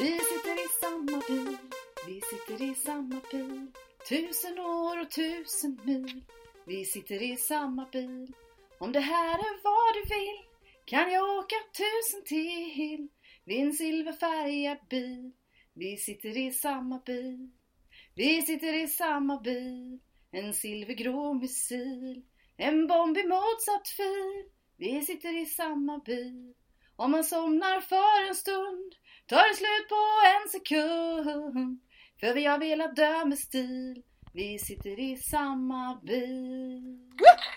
Vi sitter i samma bil, vi sitter i samma bil. 1000 år och 1000 mil. Vi sitter i samma bil. Om det här är vad du vill kan jag åka 1000 till. Vid en silverfärgad bil. Vi sitter i samma bil. Vi sitter i samma bil. En silvergrå missil. En bomb i motsatt fil. Vi sitter i samma bil. Om man somnar för en stund tar det slut på en sekund. För vi har velat dö med stil. Vi sitter i samma bil.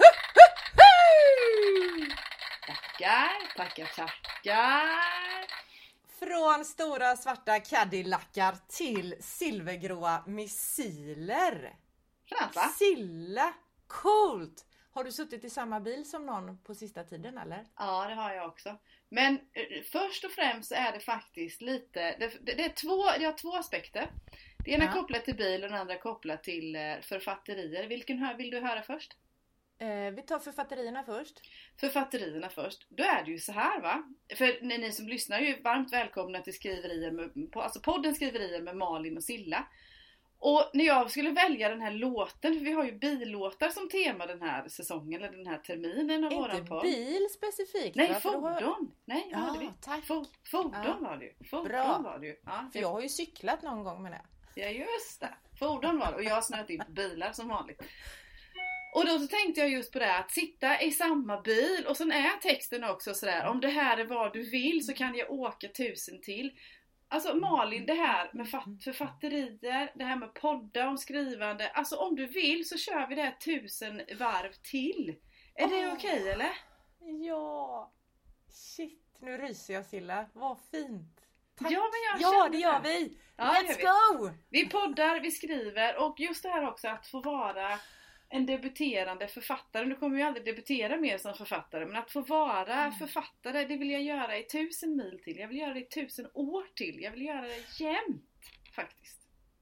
Tackar. Från stora svarta Cadillac'ar till silvergråa missiler. Fränt, va? Silla, coolt! Har du suttit i samma bil som någon på sista tiden eller? Ja, det har jag också. Men först och främst så är det faktiskt lite... Jag har två aspekter. Det ena är kopplat till bil och den andra är kopplat till författerier. Vilken vill du höra först? Vi tar författerierna först. Författerierna först. Då är det ju så här, va? För ni som lyssnar är ju varmt välkomna till skriverier alltså podden Skriverier med Malin och Silla. Och när jag skulle välja den här låten, för vi har ju billåtar som tema den här säsongen eller den här terminen av våran podd. Inte bil specifikt? Nej, fordon. Nej, ja, hade vi. Tack. Fordon var det ju. Bra. Var det ju. Ja, för jag har ju cyklat någon gång med det. Ja, just det. Fordon var det. Och jag har snöat in på bilar som vanligt. Och då så tänkte jag just på det, att sitta i samma bil. Och sen är texten också sådär, om det här är vad du vill så kan jag åka 1000 till. Alltså Malin, det här med författerier, det här med podda om skrivande. Alltså om du vill så kör vi det här 1000 varv till. Är det okej, eller? Ja, shit, nu ryser jag, Silla. Vad fint. Tack. Ja, men jag det gör vi. Ja, Let's go! Vi poddar, vi skriver och just det här också att få vara en debuterande författare. Nu kommer jag aldrig debutera mer som författare, men att få vara författare, det vill jag göra i 1000 mil till. Jag vill göra det i 1000 år till. Jag vill göra det jämt, faktiskt.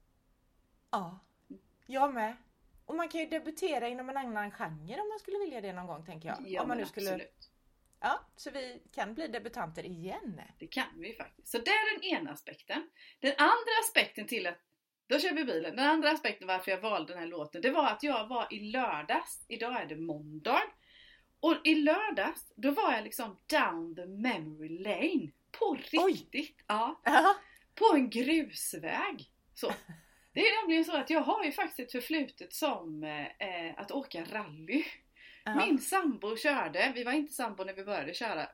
Ja, jag med. Och man kan ju debutera inom en annan genre om man skulle vilja det någon gång, tänker jag. Ja, om man men nu skulle... absolut. Ja, så vi kan bli debutanter igen. Det kan vi faktiskt. Så det är den ena aspekten. Den andra aspekten till att då kör vi bilen. Den andra aspekten varför jag valde den här låten, det var att jag var i lördags. Idag är det måndag. Och i lördags, då var jag liksom down the memory lane. På riktigt. Oj. Ja. På en grusväg. Så. Det är nämligen så att jag har ju faktiskt ett förflutet som att åka rally. Min sambo körde. Vi var inte sambo när vi började köra.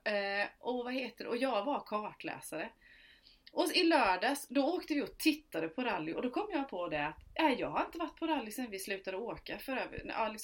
Och jag var kartläsare. Och i lördags, då åkte vi och tittade på rally. Och då kom jag på det att jag har inte varit på rally sedan vi slutade åka för över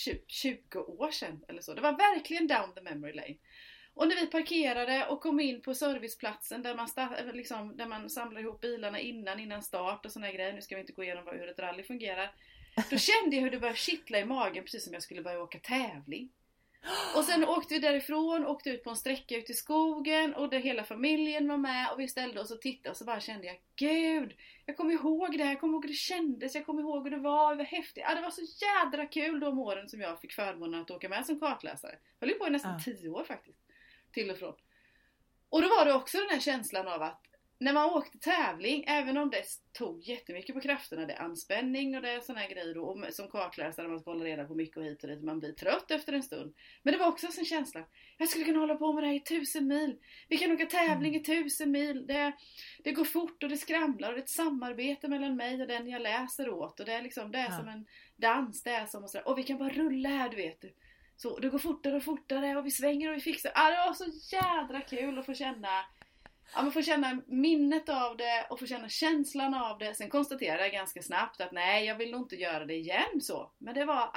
20 år sedan eller så. Det var verkligen down the memory lane. Och när vi parkerade och kom in på serviceplatsen där man samlar ihop bilarna innan start och såna grejer. Nu ska vi inte gå igenom hur ett rally fungerar. Då kände jag hur det började kittla i magen precis som jag skulle börja åka tävling. Och sen åkte vi därifrån, åkte ut på en sträcka ut i skogen och där hela familjen var med och vi ställde oss och tittade och så bara kände jag, gud, jag kommer ihåg det här, jag kommer ihåg hur det kändes, jag kommer ihåg hur det var häftigt. Ja, det var så jädra kul de åren som jag fick förmånen att åka med som kartläsare. Jag höll på i nästan 10 år faktiskt, till och från. Och då var det också den här känslan av att när man åkte tävling, även om det tog jättemycket på krafterna, det är anspänning och det är såna här grejer då, och som kartläsare man ska hålla reda på mycket och hit och dit, man blir trött efter en stund. Men det var också en känsla, jag skulle kunna hålla på med det här i 1000 mil. Vi kan åka tävling i 1000 mil. Det går fort och det skramlar och det är ett samarbete mellan mig och den jag läser åt. Och det är liksom, det är som en dans, det är som och sådär. Och vi kan bara rulla här, du vet du. Så det går fortare och fortare och vi svänger och vi fixar. Det var så jädra kul att få känna... Ja, man får känna minnet av det och få känna känslan av det. Sen konstaterade jag ganska snabbt att nej, jag vill nog inte göra det igen så. Men det var,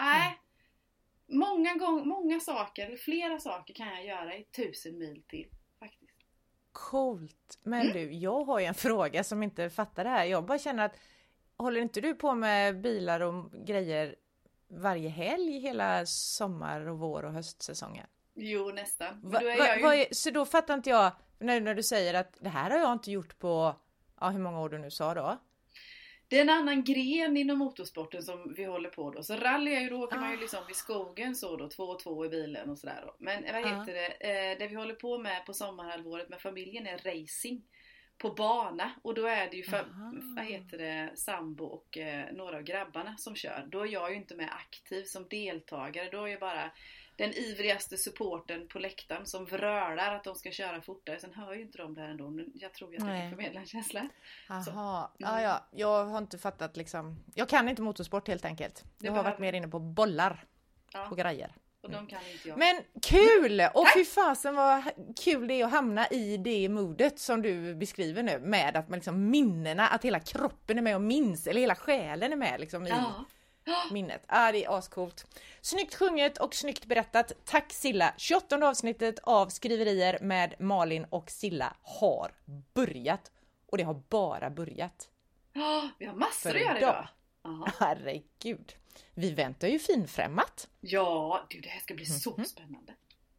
många saker, eller flera saker kan jag göra i 1000 mil till faktiskt. Coolt. Men du, jag har ju en fråga som inte fattar det här. Jag bara känner att, håller inte du på med bilar och grejer varje helg hela sommar- och vår- och höstsäsongen? Jo, nästan. Så då fattar inte jag, när du säger att det här har jag inte gjort på, hur många år du nu sa då? Det är en annan gren inom motorsporten som vi håller på då. Så rally är ju då, åker man ju liksom vid skogen så då, 2 och 2 i bilen och sådär då. Men vad heter det? Det vi håller på med på sommarhalvåret med familjen är racing. på bana. Och då är det ju vad heter det, sambo och några av grabbarna som kör. Då är jag ju inte med aktiv som deltagare. Då är jag bara den ivrigaste supporten på läktaren som vrölar att de ska köra fortare. Sen hör ju inte de där ändå, men jag tror att det kan förmedla en känsla. Jaha, ja. Jag har inte fattat liksom. Jag kan inte motorsport helt enkelt. Jag har varit mer inne på bollar och grejer. Och de kan inte jag. Men kul! Och fy fasen vad kul det är att hamna i det modet som du beskriver nu. Med att man liksom minnena, att hela kroppen är med och minns. Eller hela själen är med liksom i minnet. Det är ascoolt. Snyggt sjunget och snyggt berättat. Tack Silla. 28:e avsnittet av Skriverier med Malin och Silla har börjat. Och det har bara börjat. Vi har massor att göra idag. Herregud. Vi väntar ju finfrämmat. Ja, det här ska bli så spännande.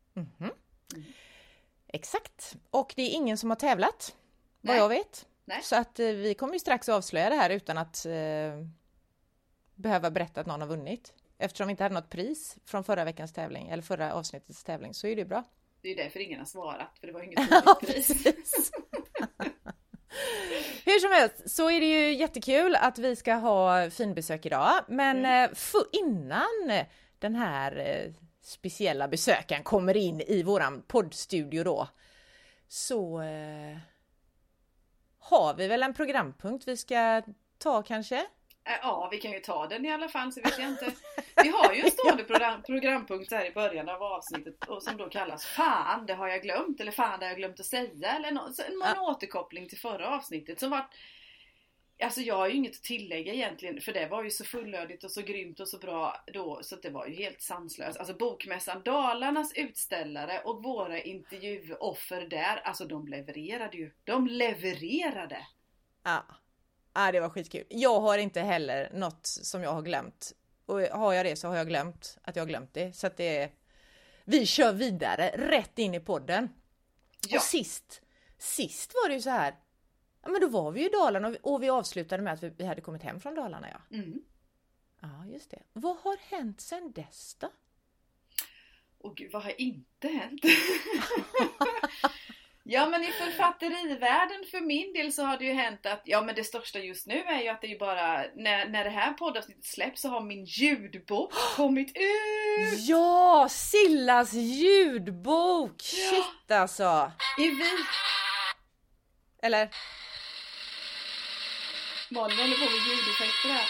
Exakt. Och det är ingen som har tävlat. Vad jag vet. Nej. Så att vi kommer ju strax avslöja det här utan att behöva berätta att någon har vunnit. Eftersom vi inte hade något pris från förra veckans tävling. Eller förra avsnittets tävling. Så är det bra. Det är därför ingen har svarat. För det var inget pris. Hur som helst så är det ju jättekul att vi ska ha finbesök idag. Men innan den här speciella besökaren kommer in i våran poddstudio då. Så har vi väl en programpunkt vi ska ta kanske? Ja, vi kan ju ta den i alla fall, så vet jag inte. Vi har ju en stående programpunkt här i början av avsnittet och som då kallas Fan, det har jag glömt, eller Fan, det har jag glömt att säga, eller en återkoppling till förra avsnittet som var. Alltså jag har ju inget att tillägga egentligen, för det var ju så fullödigt och så grymt och så bra då, så det var ju helt sanslöst. Alltså Bokmässan, Dalarnas utställare och våra intervjuoffer där, alltså de levererade ju. De levererade! Ja, det var skitkul. Jag har inte heller något som jag har glömt. Och har jag det så har jag glömt att jag har glömt det. Så att vi kör vidare, rätt in i podden. Ja. Och sist var det ju så här. Ja, men då var vi i Dalarna och vi avslutade med att vi hade kommit hem från Dalarna, ja. Ja, just det. Vad har hänt sedan dess då? Åh gud, vad har inte hänt? Ja, men i författerivärlden för min del så har det ju hänt att, ja men det största just nu är ju att det är ju bara, när det här poddavsnittet släpps så har min ljudbok kommit ut! Ja, Sillas ljudbok! Shit alltså! Eller? Malin håller på med ljudeffekter här.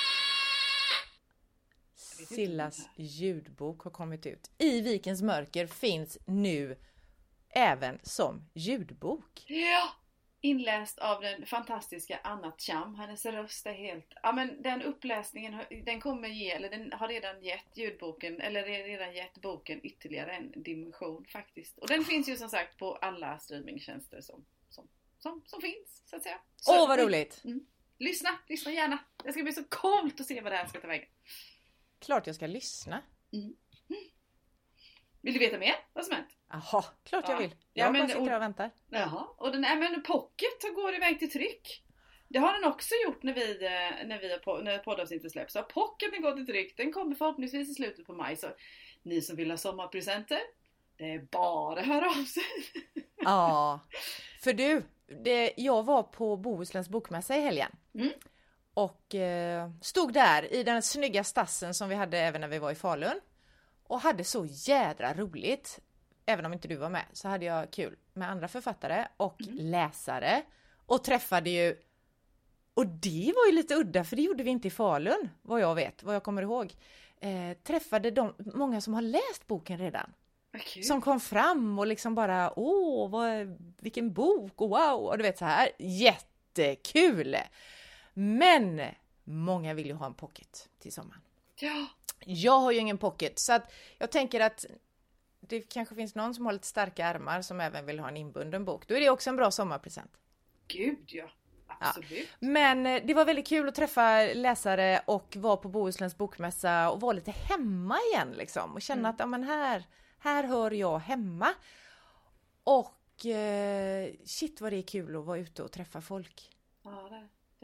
Sillas ljudbok har kommit ut. I Vikens mörker finns nu även som ljudbok. Ja! Inläst av den fantastiska Anna Cham. Hennes röst är helt... Ja, men den uppläsningen, den kommer ge, eller den har redan gett ljudboken, eller redan gett boken ytterligare en dimension faktiskt. Och den finns ju som sagt på alla streamingtjänster som finns, så att säga. Åh, vad roligt! Lyssna gärna. Det ska bli så coolt att se vad det här ska ta vägen. Klart jag ska lyssna. Vill du veta mer vad som hänt? Jaha, klart jag vill. Jag bara sitter och väntar. Jaha, och men Pocket går iväg till tryck. Det har den också gjort när poddavsnittet släpps. Så Pocketen går till tryck. Den kommer förhoppningsvis i slutet på maj. Så ni som vill ha sommarpresenter, det är bara att höra av sig. Ja, för jag var på Bohusläns bokmässa i helgen. Och stod där i den snygga stassen som vi hade även när vi var i Falun. Och hade så jädra roligt. Även om inte du var med så hade jag kul med andra författare och läsare. Och träffade ju... Och det var ju lite udda för det gjorde vi inte i Falun. Vad jag kommer ihåg. Träffade många som har läst boken redan. Okay. Som kom fram och liksom bara vilken bok och wow. Och du vet så här. Jättekul! Men många vill ju ha en pocket till sommaren. Ja. Jag har ju ingen pocket så att jag tänker att det kanske finns någon som har lite starka armar som även vill ha en inbunden bok. Då är det också en bra sommarpresent. Gud ja, absolut. Ja. Men det var väldigt kul att träffa läsare och vara på Bohusläns bokmässa och vara lite hemma igen liksom. Och känna att ja, men här hör jag hemma. Och shit vad det är kul att vara ute och träffa folk. Ja, det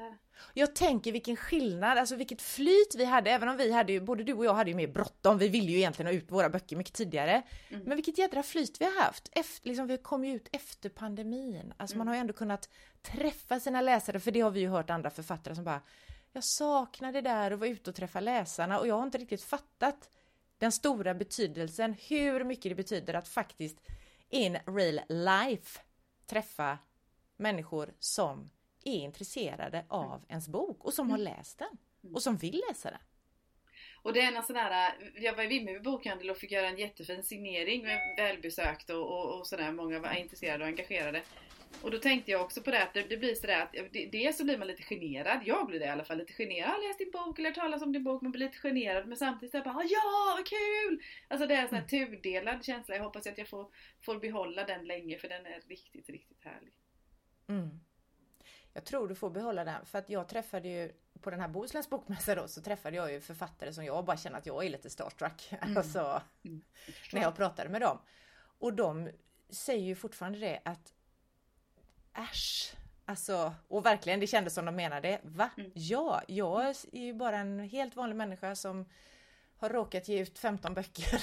Jag tänker vilken skillnad, alltså vilket flyt vi hade, även om vi hade ju, både du och jag hade ju mer bråttom, vi ville ju egentligen ha ut våra böcker mycket tidigare. Men vilket jädra flyt vi har haft, liksom vi kom ju ut efter pandemin. Alltså man har ju ändå kunnat träffa sina läsare, för det har vi ju hört andra författare som bara, jag saknar det där och var ute och träffa läsarna, och jag har inte riktigt fattat den stora betydelsen, hur mycket det betyder att faktiskt in real life träffa människor som är intresserade av ens bok och som har läst den och som vill läsa den. Och det är en sån här, jag var i Vimmerby bokhandel och fick göra en jättefin signering med välbesökt och sådär, många var intresserade och engagerade. Och då tänkte jag också på det att det blir sådär att dels så blir man lite generad, jag blir det i alla fall lite generad, jag har läst din bok eller talas om din bok, man blir lite generad, men samtidigt så bara, ja vad kul! Alltså det är en sån här tudelad känsla, jag hoppas att jag får behålla den länge, för den är riktigt, riktigt härlig. Jag tror du får behålla den, för att jag träffade ju på den här Bohusläns bokmässa då, så träffade jag ju författare som jag bara känner att jag är lite starstruck alltså, när jag pratade med dem. Och de säger ju fortfarande det att äsch, alltså, och verkligen det kändes som de menade, va? Ja, jag är ju bara en helt vanlig människa som har råkat ge ut 15 böcker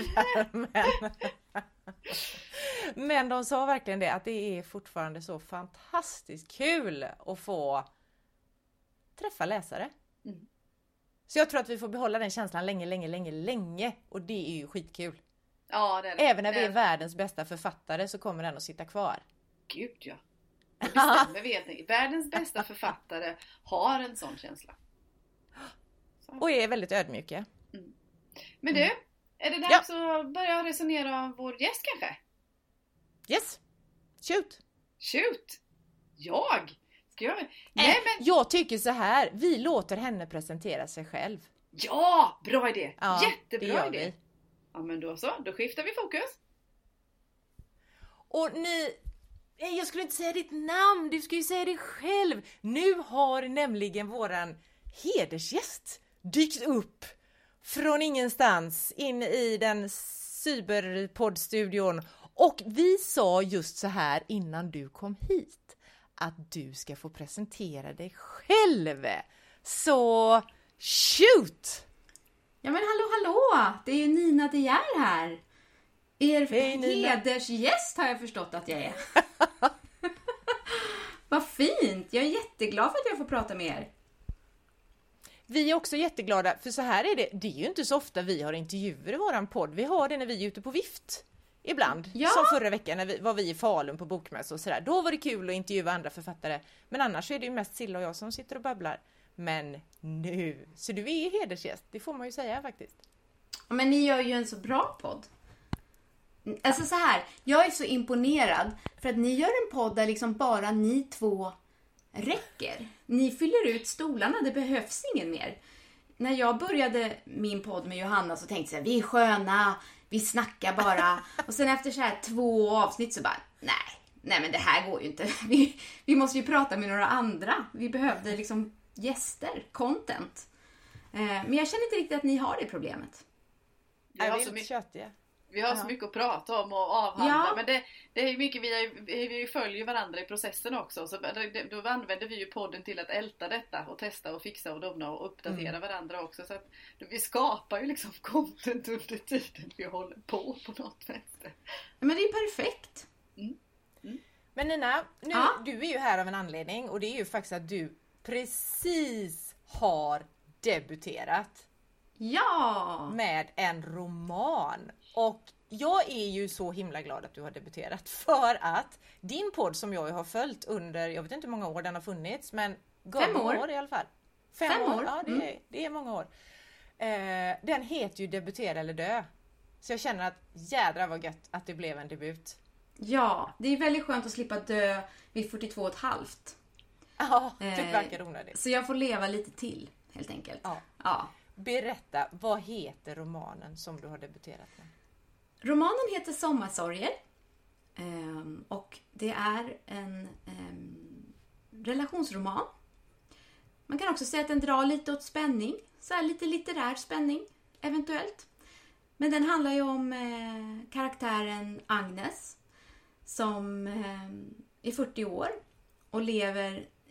men de sa verkligen det, att det är fortfarande så fantastiskt kul att få träffa läsare. Så jag tror att vi får behålla den känslan länge, och det är ju skitkul. Ja, det är det. Även när vi är världens bästa författare så kommer den att sitta kvar. Gud ja. Det bestämmer vi helt enkelt. Världens bästa författare har en sån känsla. Så. Och är väldigt ödmjuka. Men du, är det dags att börja resonera om vår gäst kanske? Yes, shoot. Ska jag? Nej, men... Jag tycker så här, vi låter henne presentera sig själv. Ja, bra idé. Ja, jättebra idé. Ja, men då skiftar vi fokus. Och jag skulle inte säga ditt namn, du ska ju säga dig själv. Nu har nämligen våran hedersgäst dykt upp från ingenstans in i den cyberpoddstudion. Och vi sa just så här innan du kom hit, att du ska få presentera dig själv. Så shoot! Ja men hallå! Det är ju Nina De Geer här. Hedersgäst har jag förstått att jag är. Vad fint! Jag är jätteglad för att jag får prata med er. Vi är också jätteglada, för så här är det. Det är ju inte så ofta vi har intervjuer i våran podd. Vi har det när vi är ute på vift. Ibland. Ja. Som förra veckan när var vi i Falun på bokmässa och sådär. Då var det kul att intervjua andra författare. Men annars är det ju mest Silla och jag som sitter och babblar. Men nu. Så du är hedersgäst. Det får man ju säga faktiskt. Men ni gör ju en så bra podd. Alltså så här. Jag är så imponerad. För att ni gör en podd där liksom bara ni två räcker. Ni fyller ut stolarna. Det behövs ingen mer. När jag började min podd med Johanna så tänkte jag, vi är sköna. Vi snackar bara. Och sen efter så här 2 avsnitt så bara, nej men det här går ju inte. Vi måste ju prata med några andra. Vi behövde liksom gäster, content. Men jag känner inte riktigt att ni har det problemet. Vi har så mycket att prata om och avhandla. Men det är ju mycket, vi följer varandra i processen också. Så då använder vi ju podden till att älta detta och testa och fixa och dona och uppdatera varandra också. Så att vi skapar ju liksom content under tiden vi håller på något sätt. Men det är perfekt. Men Nina, du är ju här av en anledning, och det är ju faktiskt att du precis har debuterat. Ja! Med en roman. Och jag är ju så himla glad att du har debuterat, för att din podd som jag har följt under, jag vet inte hur många år den har funnits, men 5 år i alla fall. 5 år? Ja, det är många år. Den heter ju Debutera eller dö. Så jag känner att jädra vad gött att det blev en debut. Ja, det är väldigt skönt att slippa dö vid 42,5. Ja, det verkar onödigt. Så jag får leva lite till, helt enkelt. Ja. Berätta, vad heter romanen som du har debuterat med? Romanen heter Sommarsorger. Och det är en relationsroman. Man kan också säga att den drar lite åt spänning. Så här lite litterär spänning, eventuellt. Men den handlar ju om karaktären Agnes. Som är 40 år och lever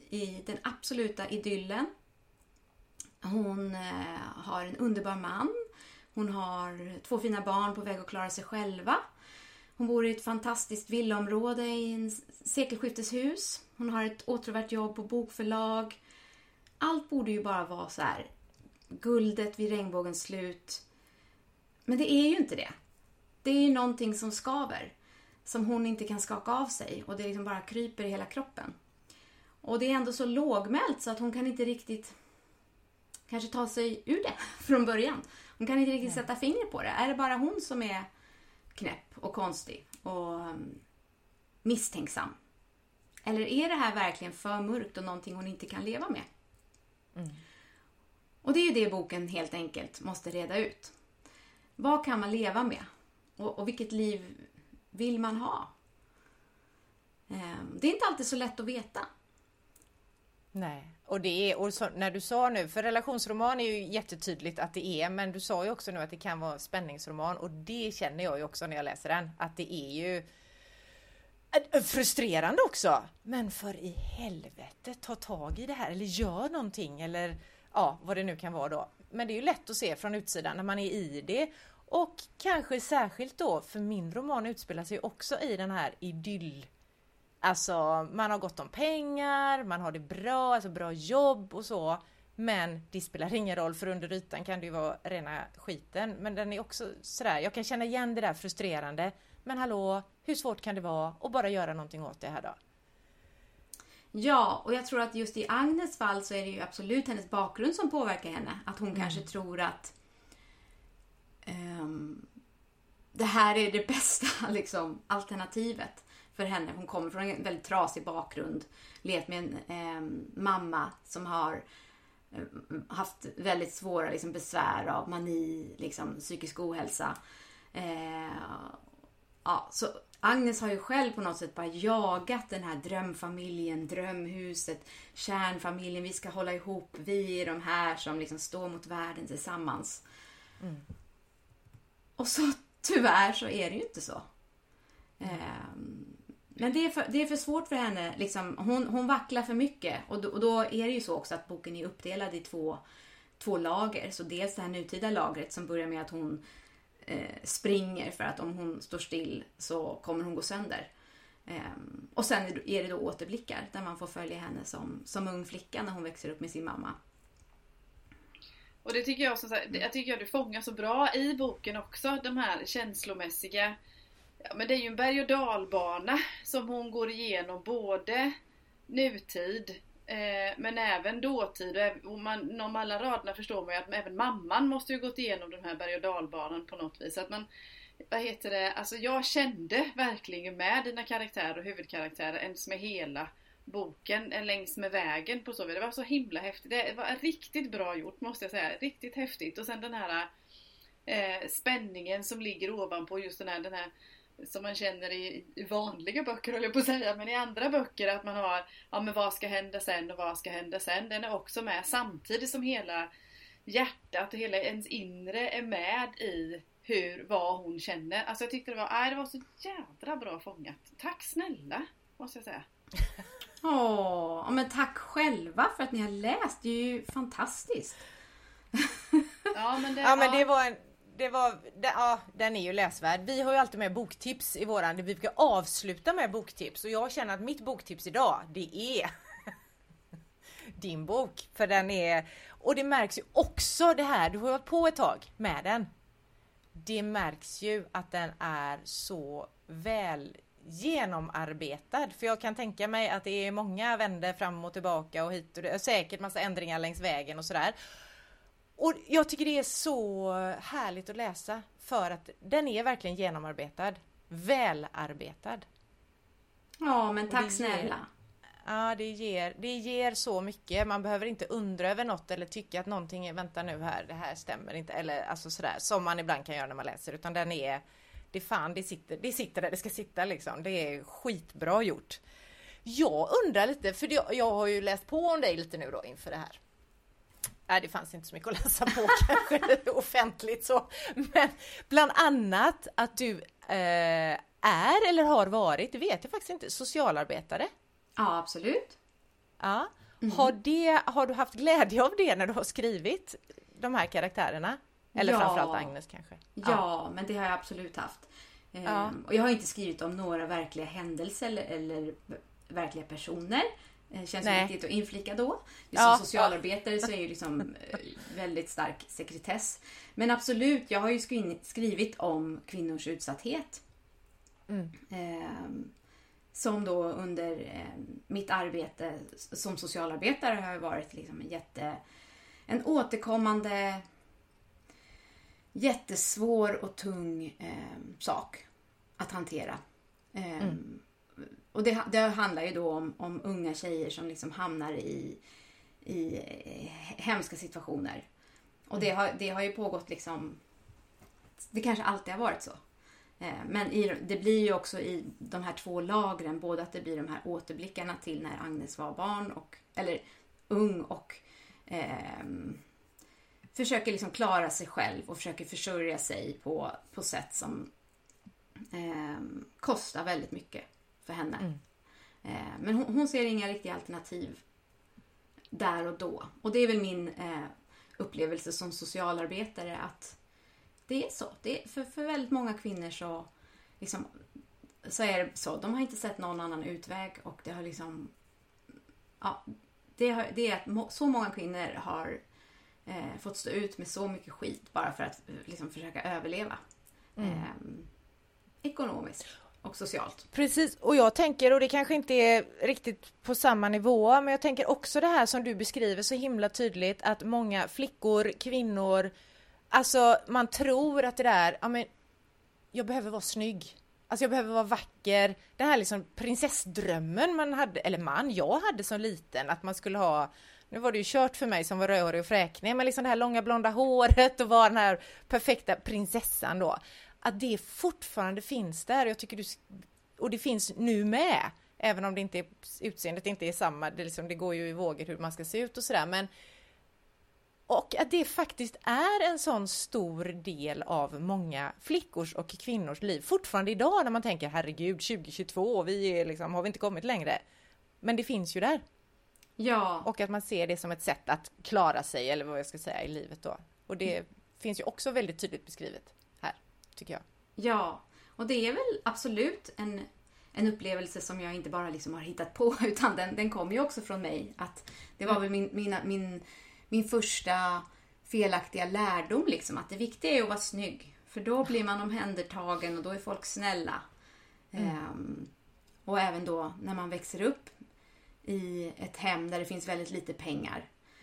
i den absoluta idyllen. Hon har en underbar man. Hon har 2 fina barn på väg att klara sig själva. Hon bor i ett fantastiskt villaområde i en sekelskifteshus. Hon har ett åtråvärt jobb på bokförlag. Allt borde ju bara vara så här guldet vid regnbågens slut. Men det är ju inte det. Det är ju någonting som skaver. Som hon inte kan skaka av sig. Och det liksom bara kryper i hela kroppen. Och det är ändå så lågmält så att hon kan inte riktigt kanske ta sig ur det från början. Hon kan inte riktigt sätta finger på det. Är det bara hon som är knäpp och konstig och misstänksam? Eller är det här verkligen för mörkt och någonting hon inte kan leva med? Och det är ju det boken helt enkelt måste reda ut. Vad kan man leva med? Och vilket liv vill man ha? Det är inte alltid så lätt att veta. Nej, och det är, och så, när du sa nu, för relationsroman är ju jättetydligt att det är, men du sa ju också nu att det kan vara spänningsroman, och det känner jag ju också när jag läser den, att det är ju frustrerande också. Men för i helvete, ta tag i det här, eller gör någonting, eller ja, vad det nu kan vara då. Men det är ju lätt att se från utsidan när man är i det, och kanske särskilt då, för min roman utspelar sig också i den här idyll. Alltså man har gott om pengar, man har det bra, alltså bra jobb och så. Men det spelar ingen roll, för under ytan kan det ju vara rena skiten. Men den är också sådär, jag kan känna igen det där frustrerande. Men hallå, hur svårt kan det vara att bara göra någonting åt det här då? Ja, och jag tror att just i Agnes fall så är det ju absolut hennes bakgrund som påverkar henne. Att hon kanske tror att det här är det bästa liksom, alternativet för henne. Hon kommer från en väldigt trasig bakgrund. Levt med en mamma som har haft väldigt svåra liksom, besvär av mani, liksom, psykisk ohälsa. Ja, så Agnes har ju själv på något sätt bara jagat den här drömfamiljen, drömhuset, kärnfamiljen. Vi ska hålla ihop, vi är de här som liksom står mot världen tillsammans. Och så tyvärr så är det ju inte så. Men det är för svårt för henne. Liksom, hon vacklar för mycket. Och då är det ju så också att boken är uppdelad i två lager. Så dels det här nutida lagret som börjar med att hon springer för att om hon står still så kommer hon gå sönder. Och sen är det då återblickar där man får följa henne som ung flicka när hon växer upp med sin mamma. Och det tycker jag tycker du fångar så bra i boken också, de här känslomässiga. Ja, men det är ju en berg- och dalbana som hon går igenom, både nutid men även dåtid. Och om alla raderna förstår man ju att även mamman måste ju gått igenom den här berg- och dalbanan på något vis. Att man, alltså jag kände verkligen med dina karaktärer och huvudkaraktärer ens med hela boken längs med vägen på så vis. Det var så himla häftigt. Det var riktigt bra gjort, måste jag säga. Riktigt häftigt. Och sen den här spänningen som ligger ovanpå just den här som man känner i vanliga böcker, håller jag på att säga, men i andra böcker att man har, ja men vad ska hända sen och vad ska hända sen, den är också med samtidigt som hela hjärtat och hela ens inre är med i vad hon känner. Alltså jag tyckte det var så jädra bra fångat. Tack snälla, måste jag säga. Men tack själva för att ni har läst, det är ju fantastiskt. Den är ju läsvärd. Vi har ju alltid med boktips i våran, vi brukar avsluta med boktips, och jag känner att mitt boktips idag, det är din bok, för den är, och det märks ju också det här, du har varit på ett tag med den. Det märks ju att den är så väl genomarbetad, för jag kan tänka mig att det är många vänder fram och tillbaka och hit och det är säkert massa ändringar längs vägen och sådär. Och jag tycker det är så härligt att läsa, för att den är verkligen genomarbetad, välarbetad. Ja, men tack snälla. Ja, det ger så mycket. Man behöver inte undra över något eller tycka att någonting är, vänta nu här, det här stämmer inte, eller alltså sådär, som man ibland kan göra när man läser, utan den är, det sitter där det ska sitta liksom. Det är skitbra gjort. Jag undrar lite, för jag har ju läst på om dig lite nu då inför det här. Nej, det fanns inte så mycket att läsa på kanske offentligt så. Men bland annat att du är eller har varit, det vet jag faktiskt inte, socialarbetare. Ja, absolut. Ja, Har du haft glädje av det när du har skrivit de här karaktärerna? Eller framförallt Agnes kanske? Ja, men det har jag absolut haft. Och jag har inte skrivit om några verkliga händelser eller verkliga personer. Känns viktigt att inflika då. Som socialarbetare så är ju liksom väldigt stark sekretess. Men absolut, jag har ju skrivit om kvinnors utsatthet. Som då under mitt arbete som socialarbetare har varit liksom en återkommande jättesvår och tung sak att hantera. Och det handlar ju då om unga tjejer som liksom hamnar i hemska situationer. Och det har ju pågått liksom, det kanske alltid har varit så. Men det blir ju också i de här 2 lagren, både att det blir de här återblickarna till när Agnes var barn eller ung och försöker liksom klara sig själv och försöker försörja sig på sätt som kostar väldigt mycket för henne. Men hon ser inga riktiga alternativ där och då. Och det är väl min upplevelse som socialarbetare att det är så. För väldigt många kvinnor så är det så. De har inte sett någon annan utväg och det har liksom det är att så många kvinnor har fått stå ut med så mycket skit bara för att liksom försöka överleva. Ekonomiskt och socialt. Precis, och jag tänker, och det kanske inte är riktigt på samma nivå, men jag tänker också det här som du beskriver så himla tydligt, att många flickor, kvinnor, alltså man tror att det där, jag behöver vara snygg. Alltså jag behöver vara vacker. Den här liksom prinsessdrömmen jag hade som liten, att man skulle ha, nu var det ju kört för mig som var rörig och fräknig, men liksom det här långa blonda håret och vara den här perfekta prinsessan då. Att det fortfarande finns där. Jag tycker och det finns nu med, även om det inte är, utseendet inte är samma, det går ju i vågor hur man ska se ut och sådär, men och att det faktiskt är en sån stor del av många flickors och kvinnors liv fortfarande idag, när man tänker herregud 2022, vi är liksom, har vi inte kommit längre, men det finns ju där. Ja. Och att man ser det som ett sätt att klara sig, eller vad jag ska säga, i livet då. Och det finns ju också väldigt tydligt beskrivet här, tycker jag. Ja, och det är väl absolut en upplevelse som jag inte bara liksom har hittat på, utan den kommer ju också från mig. Att det var väl min första felaktiga lärdom, liksom, att det viktiga är att vara snygg. För då blir man omhändertagen och då är folk snälla. Och även då när man växer upp i ett hem där det finns väldigt lite pengar.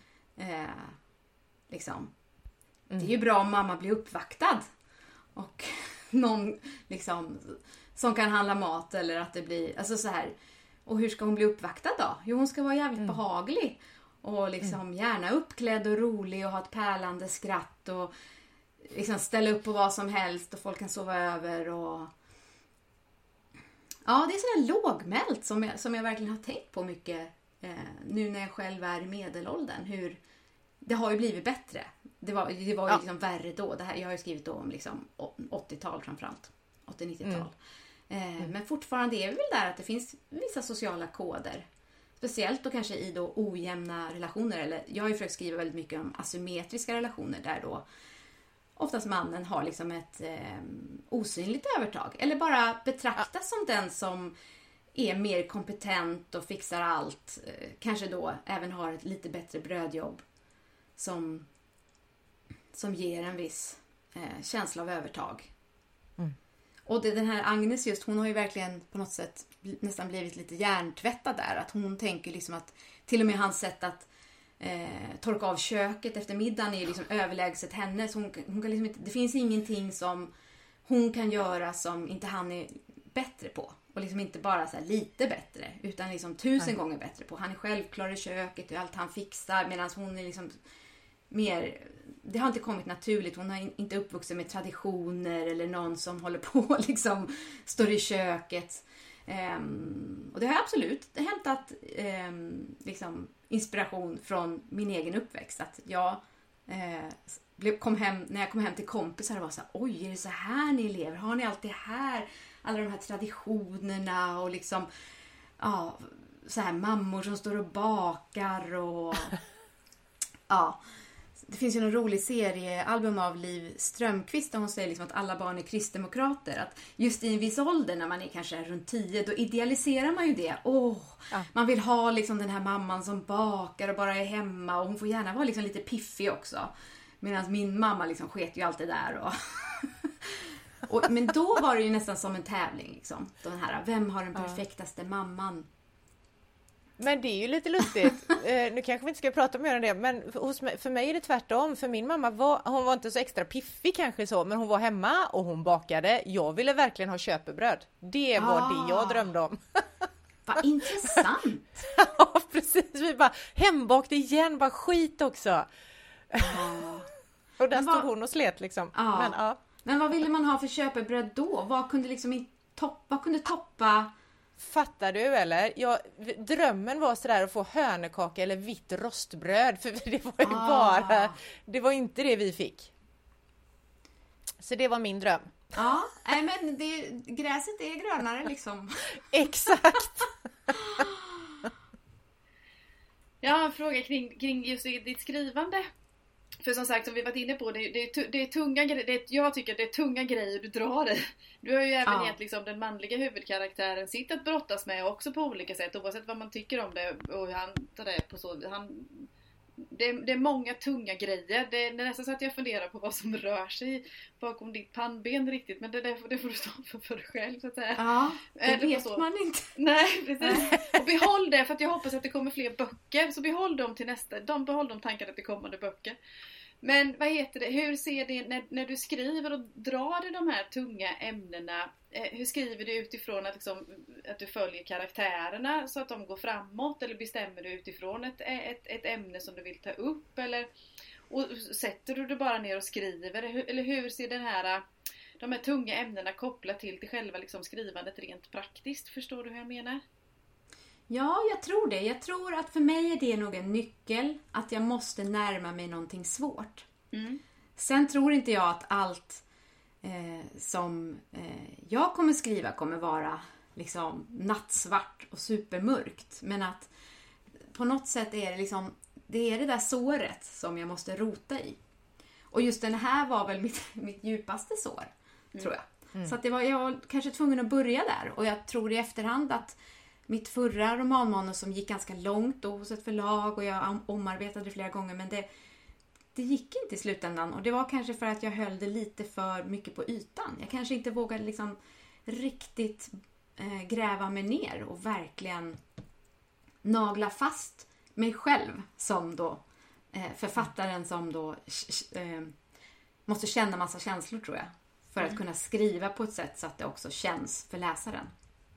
Det är ju bra om mamma blir uppvaktad. Och någon liksom som kan handla mat, eller att det blir, alltså så här. Och hur ska hon bli uppvaktad då? Jo, hon ska vara jävligt behaglig. Och liksom gärna uppklädd och rolig och ha ett pärlande skratt. Och liksom ställa upp på vad som helst och folk kan sova över. Och ja, det är sådär lågmält som jag verkligen har tänkt på mycket nu när jag själv är i medelåldern. Hur det har ju blivit bättre. Det var ju liksom värre då. Jag har ju skrivit då om liksom 80-tal framförallt. 80-90-tal. Men fortfarande är vi väl där att det finns vissa sociala koder. Speciellt då kanske i då ojämna relationer. Eller jag har ju försökt skriva väldigt mycket om asymmetriska relationer, där då oftast mannen har liksom ett osynligt övertag. Eller bara betraktas som den som är mer kompetent och fixar allt. Kanske då även har ett lite bättre brödjobb. Som ger en viss känsla av övertag. Och den här Agnes just, hon har ju verkligen på något sätt nästan blivit lite hjärntvättad där. Att hon tänker liksom att till och med hans sätt att torka av köket efter middagen är liksom överlägset henne. Så hon kan liksom inte, det finns ingenting som hon kan göra som inte han är bättre på. Och liksom inte bara så här lite bättre, utan liksom 1000 gånger bättre på. Han är självklar i köket och allt han fixar, medan hon är liksom mer, det har inte kommit naturligt. Hon har inte uppvuxen med traditioner eller någon som håller på liksom står i köket. Och det har jag absolut hämtat liksom inspiration från min egen uppväxt. Att jag när jag kom hem till kompisar och var så här, oj, är det så här ni lever? Har ni allt det här? Alla de här traditionerna och liksom, ja, så här mammor som står och bakar och ja. Det finns ju en rolig seriealbum av Liv Strömquist där hon säger liksom att alla barn är kristdemokrater. Att just i en viss ålder när man är kanske runt 10, då idealiserar man ju det. Man vill ha liksom den här mamman som bakar och bara är hemma. Och hon får gärna vara liksom lite piffig också. Medan min mamma liksom sket ju alltid där. Men då var det ju nästan som en tävling. Liksom. Den här, vem har den perfektaste mamman? Men det är ju lite lustigt. Nu kanske vi inte ska prata mer om det, men för mig är det tvärtom. För min mamma hon var inte så extra piffig kanske så, men hon var hemma och hon bakade. Jag ville verkligen ha köpebröd. Det var det jag drömde om. Vad intressant. Ja, precis. Vi bara hembakt igen, bara skit också. Och där stod hon och slet liksom. Men vad ville man ha för köpebröd då? Vad kunde liksom toppa? Fattar du eller? Drömmen var sådär att få hönökaka eller vitt rostbröd. För det var ju det var inte det vi fick. Så det var min dröm. Ja, nej men gräset är grönare liksom. Exakt. Jag har en fråga kring just ditt skrivande. För som sagt, som vi varit inne på, det är tunga grejer. Jag tycker att det är tunga grejer du drar i. Du har ju även gett liksom den manliga huvudkaraktären sitt att brottas med också på olika sätt. Oavsett vad man tycker om det och hur han tar det på så. Det är många tunga grejer. Det är nästan så att jag funderar på vad som rör sig bakom ditt pannben riktigt. Men det får du stå för dig själv så att säga. Ja, det vet man inte. Nej, precis. Och behåll det, för att jag hoppas att det kommer fler böcker. Så behåll dem till behåll de tankarna till kommande böcker. Men vad heter det? Hur ser det när du skriver och drar i de här tunga ämnena? Hur skriver du utifrån att du följer karaktärerna så att de går framåt? Eller bestämmer du utifrån ett ämne som du vill ta upp? Och sätter du det bara ner och skriver? Eller hur ser de här tunga ämnena kopplat till själva liksom skrivandet rent praktiskt? Förstår du hur jag menar? Ja, jag tror det. Jag tror att för mig är det nog en nyckel att jag måste närma mig någonting svårt. Sen tror inte jag att allt som jag kommer skriva kommer vara liksom nattsvart och supermörkt. Men att på något sätt är det liksom, det är det där såret som jag måste rota i. Och just den här var väl mitt djupaste sår, tror jag. Så att jag var kanske tvungen att börja där. Och jag tror i efterhand att mitt förra romanmanus som gick ganska långt då hos ett förlag och jag omarbetade det flera gånger, men det gick inte i slutändan. Och det var kanske för att jag höll det lite för mycket på ytan. Jag kanske inte vågade liksom riktigt gräva mig ner och verkligen nagla fast mig själv som då författaren som då måste känna massa känslor, tror jag. För att kunna skriva på ett sätt så att det också känns för läsaren.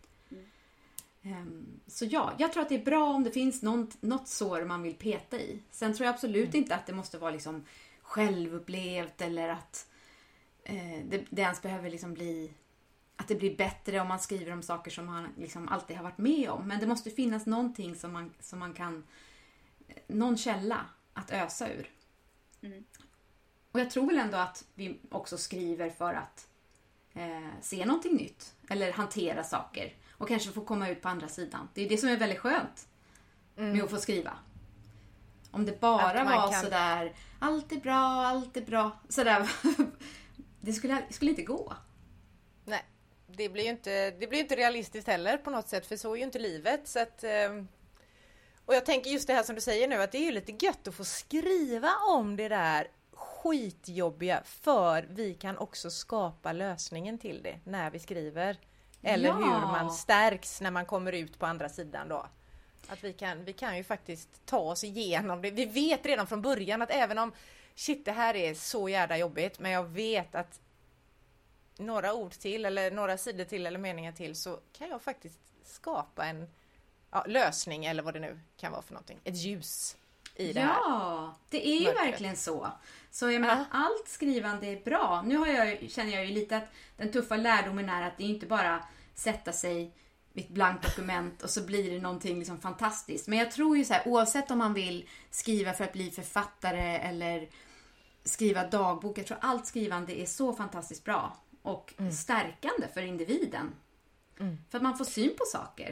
Så ja, jag tror att det är bra om det finns något sår man vill peta i. Sen tror jag absolut inte att det måste vara liksom självupplevt eller att det ens behöver liksom bli att det blir bättre om man skriver om saker som man liksom alltid har varit med om. Men det måste finnas någonting som man kan, någon källa att ösa ur. Och jag tror väl ändå att vi också skriver för att se någonting nytt eller hantera saker. Och kanske få komma ut på andra sidan. Det är det som är väldigt skönt med att få skriva. Om det bara var sådär, allt är bra. Sådär, det skulle inte gå. Nej, det blir ju inte realistiskt heller på något sätt. För så är ju inte livet. Så att, och jag tänker just det här som du säger nu, att det är ju lite gött att få skriva om det där skitjobbiga. För vi kan också skapa lösningen till det när vi skriver. Eller hur man stärks när man kommer ut på andra sidan då. Att vi kan ju faktiskt ta oss igenom det. Vi vet redan från början att även om shit, det här är så jävla jobbigt, men jag vet att några ord till eller några sidor till eller meningar till så kan jag faktiskt skapa en lösning eller vad det nu kan vara för någonting. Ett ljus i det här. Ja, det är ju verkligen så. Så jag menar, allt skrivande är bra. Nu känner jag ju lite att den tuffa lärdomen är att det är inte bara sätta sig vid ett blankt dokument och så blir det någonting liksom fantastiskt. Men jag tror ju så här, oavsett om man vill skriva för att bli författare eller skriva dagbok, jag tror allt skrivande är så fantastiskt bra och stärkande för individen. För att man får syn på saker.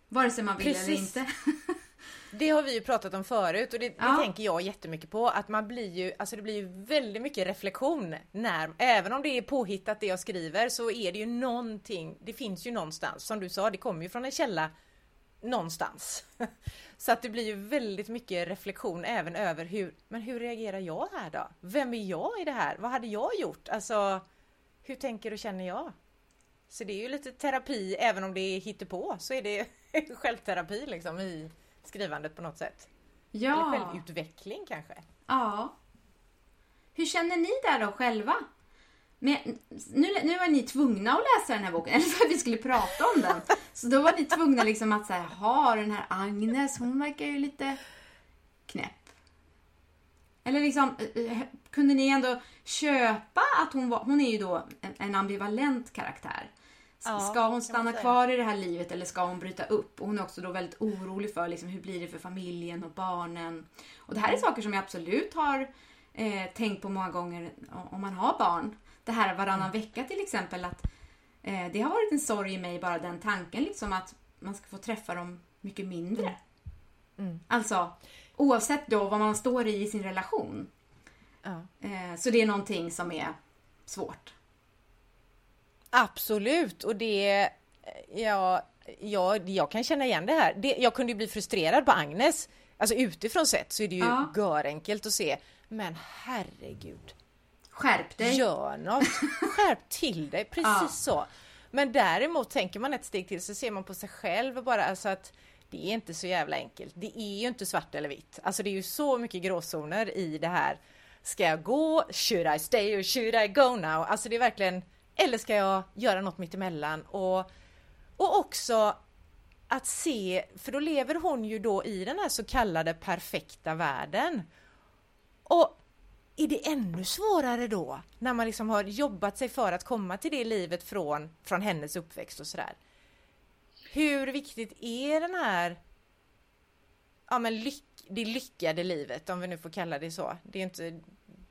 Vare sig man vill eller inte. Det har vi ju pratat om förut och det tänker jag jättemycket på. Att man blir ju, alltså det blir ju väldigt mycket reflektion även om det är påhittat det jag skriver, så är det ju någonting, det finns ju någonstans. Som du sa, det kommer ju från en källa någonstans. Så att det blir ju väldigt mycket reflektion även över hur reagerar jag här då? Vem är jag i det här? Vad hade jag gjort? Alltså, hur tänker och känner jag? Så det är ju lite terapi, även om det är hittepå, så är det självterapi liksom i skrivandet på något sätt. Ja. Eller självutveckling kanske. Ja. Hur känner ni där då själva? Men nu var ni tvungna att läsa den här boken, eller för att vi skulle prata om den. Så då var ni tvungna liksom att säga, den här Agnes, hon verkar ju lite knäpp. Eller liksom, kunde ni ändå köpa att hon är ju då en ambivalent karaktär. Ska hon stanna kvar i det här livet eller ska hon bryta upp? Och hon är också då väldigt orolig för liksom, hur blir det för familjen och barnen. Och det här är saker som jag absolut har tänkt på många gånger om man har barn. Det här varannan vecka till exempel, att det har varit en sorg i mig, bara den tanken liksom, att man ska få träffa dem mycket mindre. Alltså, oavsett då vad man står i sin relation. Så det är någonting som är svårt. Absolut, och det jag kan känna igen det här. Jag kunde ju bli frustrerad på Agnes. Alltså utifrån sett så är det ju görenkelt att se. Men herregud. Skärp dig. Gör något. Skärp till dig, precis så. Men däremot tänker man ett steg till så ser man på sig själv bara, alltså att det är inte så jävla enkelt. Det är ju inte svart eller vitt. Alltså det är ju så mycket gråzoner i det här. Ska jag gå? Should I stay or should I go now? Alltså det är verkligen, eller ska jag göra något mittemellan? Och också att se, för då lever hon ju då i den här så kallade perfekta världen. Och är det ännu svårare då när man liksom har jobbat sig för att komma till det livet från hennes uppväxt och sådär. Hur viktigt är den här det lyckade livet, om vi nu får kalla det så. Det är inte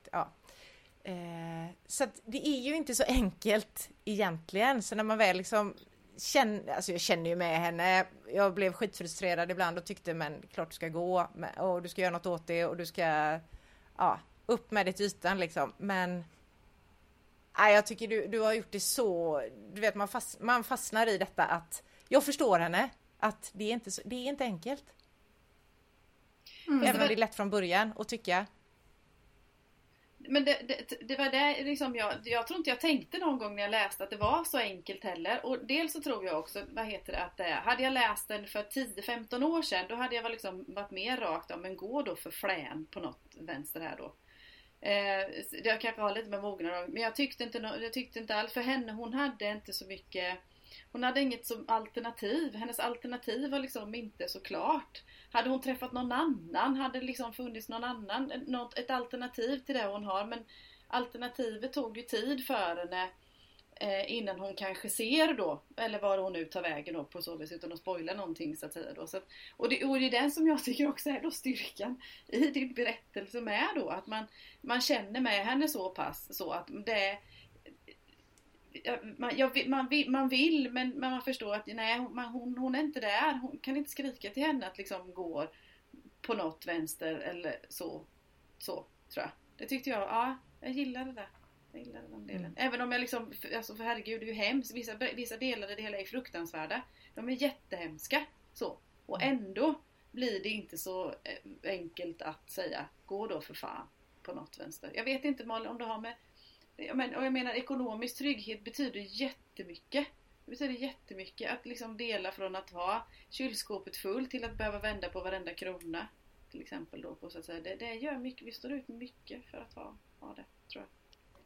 så att det är ju inte så enkelt egentligen. Så när man väl liksom jag känner ju med henne. Jag blev skitfrustrerad ibland och tyckte, men klart du ska gå och du ska göra något åt det och du ska upp med det till ytan liksom. Men jag tycker du har gjort det så, du vet, man fastnar i detta att jag förstår henne, att det är inte enkelt. Även om det är lätt från början att tycka. Men det var det liksom, jag tror inte jag tänkte någon gång när jag läste att det var så enkelt heller. Och dels så tror jag också, att hade jag läst den för 10-15 år sedan, då hade jag liksom varit mer rakt om, men gå då för flän på något vänster här då. Jag kanske har lite med mognad, men jag tyckte inte alls för henne, hon hade inte så mycket, hon hade inget som alternativ. Hennes alternativ var liksom inte så klart. Hade hon träffat någon annan, hade liksom funnits någon annan, ett alternativ till det hon har, men alternativet tog ju tid för henne innan hon kanske ser då, eller var hon nu tar vägen då, på så vis, utan att spoila någonting så att säga då. Så, och det är den som jag tycker också är då styrkan i din berättelse med då, att man känner med henne så pass så att det man vill, men man förstår att nej, hon är inte där. Hon kan inte skrika till henne att liksom gå på något vänster eller så tror jag. Det tyckte jag, jag gillade det. Jag gillade den delen. Även om jag liksom, alltså för herregud, det är ju hemskt. Vissa delar i det hela är fruktansvärda. De är jättehemska så. Och ändå blir det inte så enkelt att säga, gå då för fan på något vänster. Jag vet inte, Malin, om du har med, och jag menar, ekonomisk trygghet betyder jättemycket. Det betyder jättemycket att liksom dela från att ha kylskåpet fullt till att behöva vända på varenda krona till exempel då, på så att säga. Det gör mycket, vi står ut mycket för att ha det, tror jag.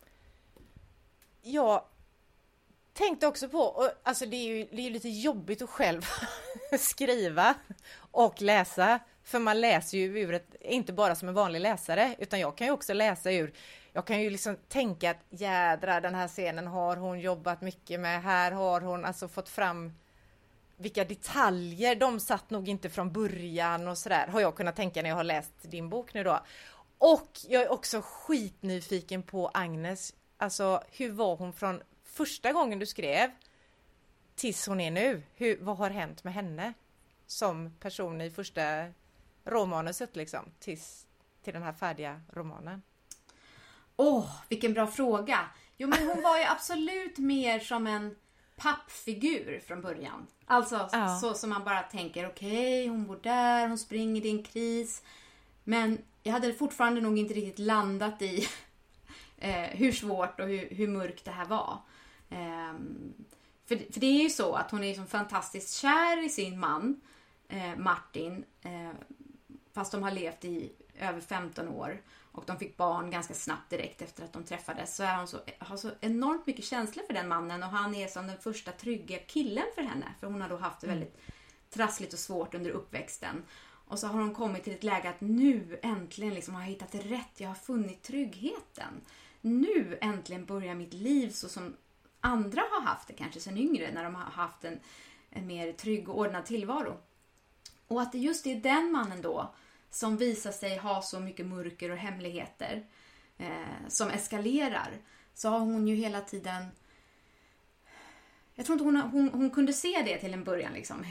Jag tänkte också på, alltså det är ju lite jobbigt att själv skriva och läsa, för man läser ju ur inte bara som en vanlig läsare, utan jag kan ju också läsa ur, jag kan ju liksom tänka att jädra, den här scenen har hon jobbat mycket med, här har hon alltså fått fram vilka detaljer, de satt nog inte från början och sådär, har jag kunnat tänka när jag har läst din bok nu då. Och jag är också skitnyfiken på Agnes, alltså hur var hon från första gången du skrev tills hon är nu? Vad har hänt med henne? som person i första råmanuset liksom, till den här färdiga romanen? Vilken bra fråga. Jo, men hon var ju absolut mer som en pappfigur från början. Alltså så som man bara tänker, okej, hon bor där, hon springer, det är en kris. Men jag hade fortfarande nog inte riktigt landat i hur svårt och hur mörkt det här var. För det är ju så att hon är så fantastiskt kär i sin man, Martin. Fast de har levt i över 15 år. Och de fick barn ganska snabbt direkt efter att de träffades. Så har så enormt mycket känslor för den mannen. Och han är som den första trygga killen för henne. För hon har då haft det väldigt trassligt och svårt under uppväxten. Och så har hon kommit till ett läge att nu äntligen liksom har jag hittat rätt. Jag har funnit tryggheten. Nu äntligen börjar mitt liv så som andra har haft det kanske sedan yngre. När de har haft en mer trygg och ordnad tillvaro. Och att det just är den mannen då som visar sig ha så mycket mörker och hemligheter som eskalerar, så har hon ju hela tiden, jag tror inte hon kunde se det till en början liksom,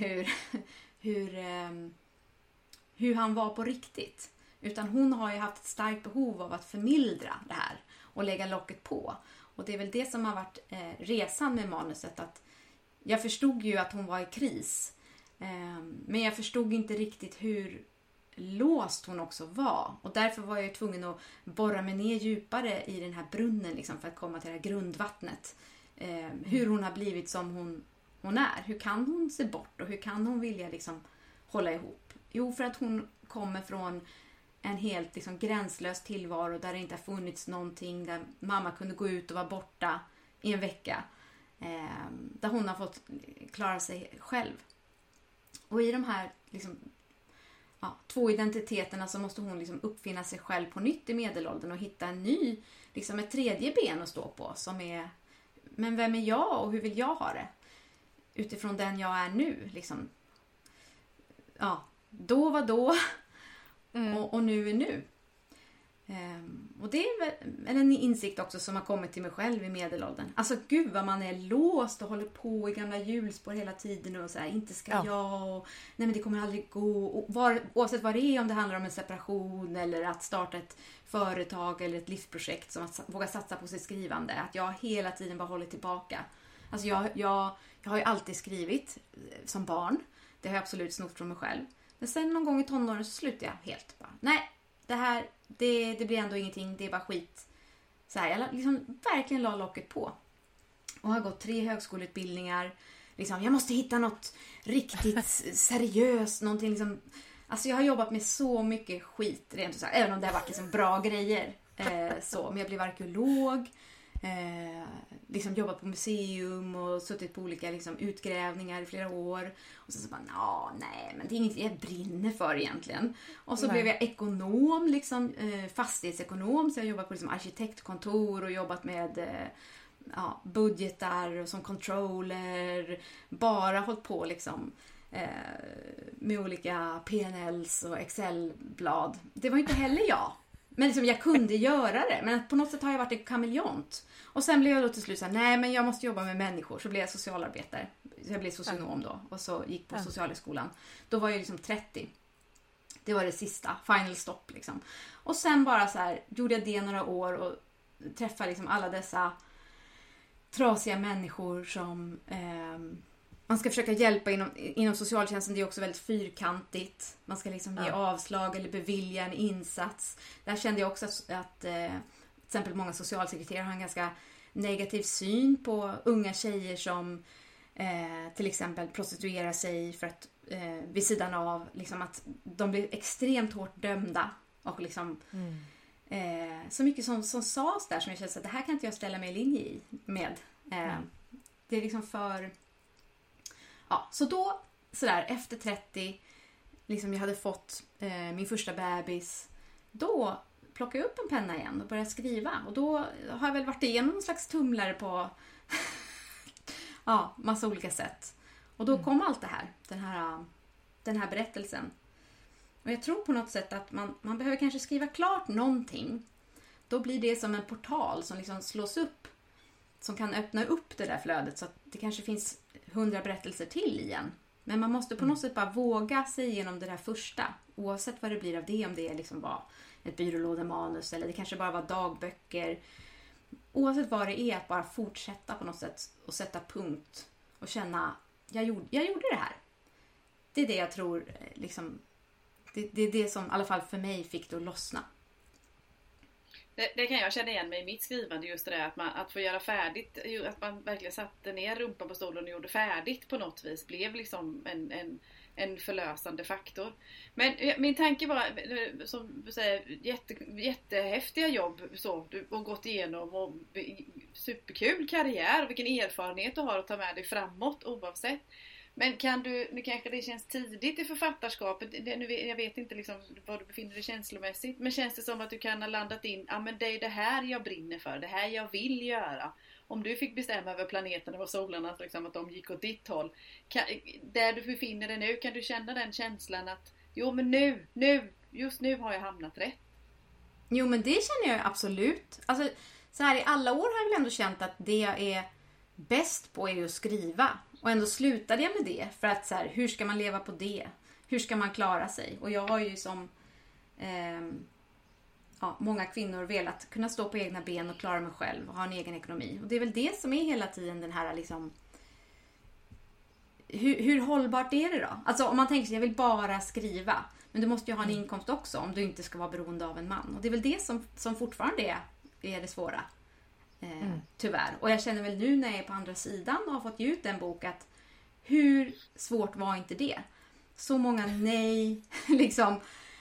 hur han var på riktigt, utan hon har ju haft ett starkt behov av att förmildra det här och lägga locket på, och det är väl det som har varit resan med manuset, att jag förstod ju att hon var i kris, men jag förstod inte riktigt hur låst hon också var. Och därför var jag ju tvungen att borra mig ner djupare i den här brunnen liksom, för att komma till det här grundvattnet. Hur hon har blivit som hon är. Hur kan hon se bort och hur kan hon vilja liksom hålla ihop? Jo, för att hon kommer från en helt liksom gränslös tillvaro där det inte har funnits någonting, där mamma kunde gå ut och vara borta i en vecka. Där hon har fått klara sig själv. Och i de här liksom, två identiteterna så måste hon liksom uppfinna sig själv på nytt i medelåldern och hitta en ny, liksom ett tredje ben att stå på som är, men vem är jag och hur vill jag ha det? Utifrån den jag är nu liksom. Ja, då var då och nu är nu. Och det är väl en insikt också som har kommit till mig själv i medelåldern. Alltså gud vad man är låst och håller på i gamla hjulspår hela tiden och så här, inte ska jag och nej men det kommer aldrig gå, och oavsett vad det är, om det handlar om en separation eller att starta ett företag eller ett livsprojekt, som att våga satsa på sitt skrivande, att jag hela tiden bara håller tillbaka. Alltså jag har ju alltid skrivit som barn, det har jag absolut snott från mig själv, men sen någon gång i tonåren så slutade jag helt bara, nej, det här det blir ändå ingenting, det är bara skit. Så här, jag liksom verkligen la locket på. Och har gått 3 högskoleutbildningar. Liksom, jag måste hitta något riktigt seriöst. Någonting liksom. Alltså jag har jobbat med så mycket skit rent ut sagt. Även om det har varit liksom bra grejer. Men jag blev arkeolog. Liksom jobbat på museum och suttit på olika liksom, utgrävningar i flera år. Och så bara, nej, men det är inget jag brinner för egentligen. Och så blev jag ekonom, liksom, fastighetsekonom. Så jag jobbat på liksom, arkitektkontor och jobbat med budgetar och som controller. Bara hållit på liksom, med olika PNLs och Excel-blad. Det var inte heller jag. Men liksom, jag kunde göra det. Men på något sätt har jag varit en kameleont. Och sen blev jag då till slut så här, nej men jag måste jobba med människor. Så blev jag socialarbetare. Så jag blev socionom då. Och så gick på socialhögskolan. Då var jag liksom 30. Det var det sista. Final stop liksom. Och sen bara så här, gjorde jag det några år. Och träffade liksom alla dessa trasiga människor som man ska försöka hjälpa inom socialtjänsten. Det är också väldigt fyrkantigt. Man ska liksom ge avslag eller bevilja en insats. Där kände jag också att till exempel många socialsekreterare har en ganska negativ syn på unga tjejer som till exempel prostituerar sig för att vid sidan av liksom att de blir extremt hårt dömda och liksom så mycket som sades där som jag kände att det här kan inte jag ställa mig i linje med. Det är liksom för så då sådär efter 30 liksom jag hade fått min första bebis, då plockade jag upp en penna igen och började skriva, och då har jag väl varit igenom en slags tumlare på massa olika sätt, och då kom allt det här, den här berättelsen. Och jag tror på något sätt att man behöver kanske skriva klart någonting, då blir det som en portal som liksom slås upp, som kan öppna upp det där flödet, så att det kanske finns 100 berättelser till igen Men man måste på något sätt bara våga sig igenom det där första. Oavsett vad det blir av det. Om det liksom var ett byrålådemanus eller det kanske bara var dagböcker. Oavsett vad det är, att bara fortsätta på något sätt och sätta punkt. Och känna, jag gjorde det här. Det är det jag tror, liksom, det är det som i alla fall för mig fick det att lossna. Det kan jag känna igen mig i mitt skrivande, just det där att få göra färdigt, att man verkligen satte ner rumpan på stolen och gjorde färdigt på något vis, blev liksom en förlösande faktor. Men min tanke var, som du säger, jättehäftiga jobb så, du har gått igenom och superkul karriär och vilken erfarenhet du har att ta med dig framåt oavsett. Men nu kanske det känns tidigt i författarskapet, jag vet inte liksom var du befinner dig känslomässigt, men känns det som att du kan ha landat in, men det är det här jag brinner för, det här jag vill göra. Om du fick bestämma över planeten och solarna, liksom, att de gick åt ditt håll, där du befinner dig nu, kan du känna den känslan att jo men just nu har jag hamnat rätt? Jo, men det känner jag absolut. Alltså, så här i alla år har jag väl ändå känt att det jag är bäst på är att skriva. Och ändå slutade jag med det. För att så här, hur ska man leva på det? Hur ska man klara sig? Och jag har ju som många kvinnor velat kunna stå på egna ben och klara mig själv och ha en egen ekonomi. Och det är väl det som är hela tiden den här liksom... Hur hållbart är det då? Alltså om man tänker sig, jag vill bara skriva. Men du måste ju ha en inkomst också om du inte ska vara beroende av en man. Och det är väl det som fortfarande är det svåra. Tyvärr. Och jag känner väl nu när jag är på andra sidan och har fått ge ut en bok att hur svårt var inte det? Så många nej. liksom.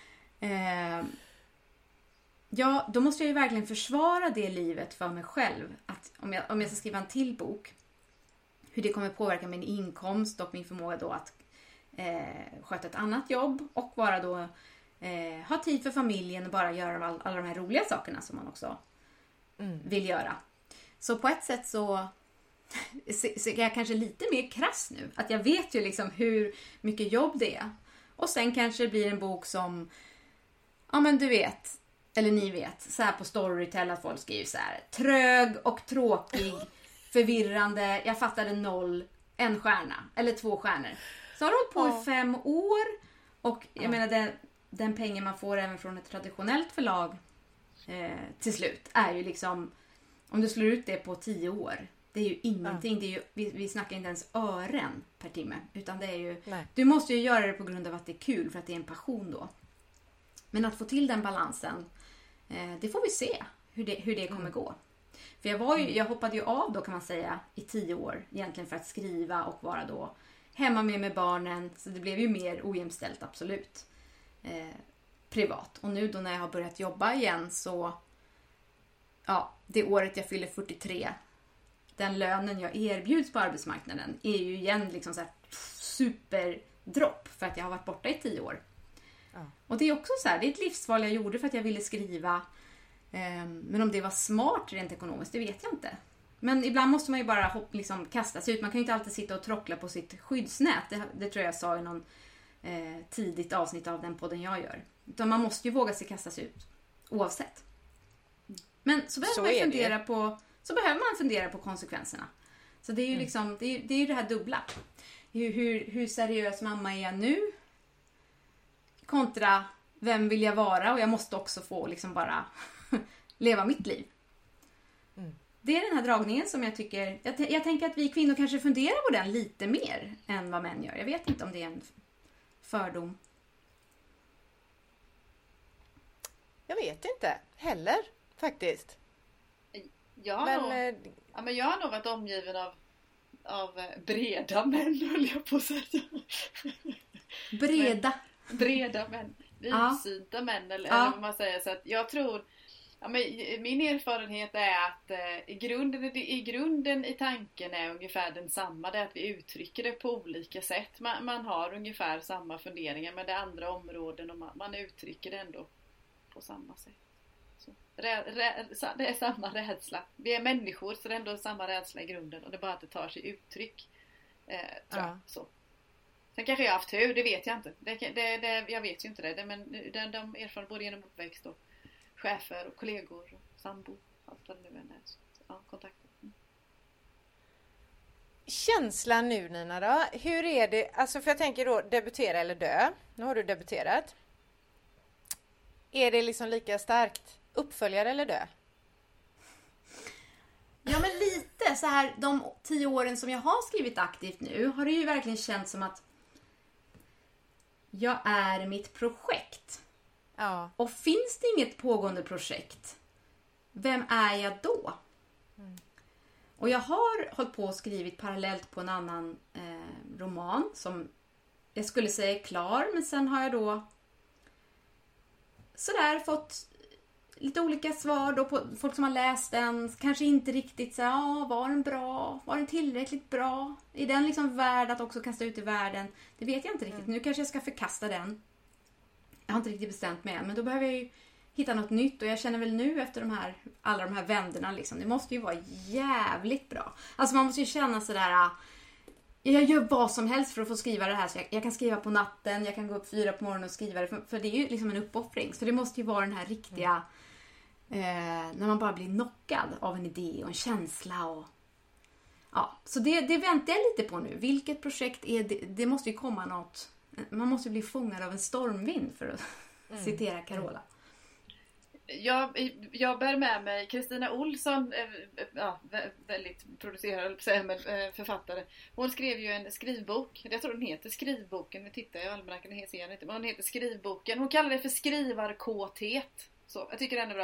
Ja, då måste jag ju verkligen försvara det livet för mig själv. Att om jag ska skriva en till bok, hur det kommer påverka min inkomst och min förmåga då att sköta ett annat jobb och bara då ha tid för familjen och bara göra alla de här roliga sakerna som man också vill göra. Så på ett sätt så är jag kanske lite mer krass nu. Att jag vet ju liksom hur mycket jobb det är. Och sen kanske det blir en bok som, ja men du vet, eller ni vet, så här på Storytel att folk skriver så här: trög och tråkig, förvirrande, jag fattade 0, 1 stjärna eller 2 stjärnor. Så har det hållit på i 5 år och jag menar den pengen man får även från ett traditionellt förlag till slut är ju liksom, om du slår ut det på 10 år, det är ju ingenting. Det är ju, vi snackar inte ens ören per timme, utan det är ju, du måste ju göra det på grund av att det är kul, för att det är en passion då. Men att få till den balansen, det får vi se hur det kommer gå. För jag hoppade ju av då kan man säga i 10 år egentligen för att skriva och vara då hemma med barnen, så det blev ju mer ojämställt absolut. Privat. Och nu då när jag har börjat jobba igen så, ja, det året jag fyller 43, den lönen jag erbjuds på arbetsmarknaden är ju igen liksom så här superdropp för att jag har varit borta i 10 år. Och det är också så här, det är ett livsval jag gjorde för att jag ville skriva, men om det var smart rent ekonomiskt, det vet jag inte. Men ibland måste man ju bara liksom kasta sig ut. Man kan ju inte alltid sitta och trockla på sitt skyddsnät. Det tror jag sa i någon tidigt avsnitt av den podden jag gör. Utan man måste ju våga sig kasta sig ut. Oavsett. Men så behöver man fundera på konsekvenserna. Så det är ju liksom, det är ju det här dubbla. Hur seriös mamma är jag nu? Kontra vem vill jag vara? Och jag måste också få liksom bara leva mitt liv. Det är den här dragningen som jag tycker... Jag tänker att vi kvinnor kanske funderar på den lite mer än vad män gör. Jag vet inte om det är en fördom. Jag vet inte heller, faktiskt. Jag har nog varit omgiven av breda män, höll jag på att säga. Breda män. Vidsynta män, eller vad man säger. Så att jag tror... Ja, men min erfarenhet är att i grunden i tanken är ungefär densamma. Det är att vi uttrycker det på olika sätt. Man har ungefär samma funderingar, men det är andra områden och man uttrycker det ändå på samma sätt. Så, det är samma rädsla. Vi är människor, så det är ändå samma rädsla i grunden. Och det är bara att det tar sig uttryck. Tror jag. Så. Sen kanske jag har haft tur, det vet jag inte. Jag vet ju inte det. Men de erfar både genom uppväxt och chefer och kollegor och sambo, allt vad det nu än är. Så, ja, kontakter. känslan nu, Nina, då? Hur är det, alltså för jag tänker då debutera eller dö. Nu har du debuterat. Är det liksom lika starkt uppföljare eller dö? Ja, men lite så här, de 10 åren som jag har skrivit aktivt nu har det ju verkligen känts som att jag är mitt projekt. Ja. Och finns det inget pågående projekt, vem är jag då? Och jag har hållit på och skrivit parallellt på en annan roman som jag skulle säga är klar, men sen har jag då sådär fått lite olika svar då på folk som har läst den. Kanske inte riktigt så här, var den bra? Var den tillräckligt bra? Är den liksom värd att också kasta ut i världen? Det vet jag inte riktigt. Nu kanske jag ska förkasta den. Jag har inte riktigt bestämt mig än, men då behöver jag ju hitta något nytt. Och jag känner väl nu efter alla de här vänderna liksom, det måste ju vara jävligt bra. Alltså man måste ju känna sådär, jag gör vad som helst för att få skriva det här. Så jag kan skriva på natten, jag kan gå upp 4 på morgonen och skriva det. För det är ju liksom en uppoffring. Så det måste ju vara den här riktiga, när man bara blir knockad av en idé och en känsla. Och, ja. Så det väntar jag lite på nu. Vilket projekt är det? Det måste ju komma något. Man måste ju bli fångad av en stormvind, för att citera Carola. Jag bär med mig Kristina Olsson, väldigt producerad författare. Hon skrev ju en skrivbok. Jag tror den heter Skrivboken. Vi tittar i almanackan, den ser inte, men hon heter Skrivboken. Hon kallar det för skrivarkåthet. Så jag tycker den är bra.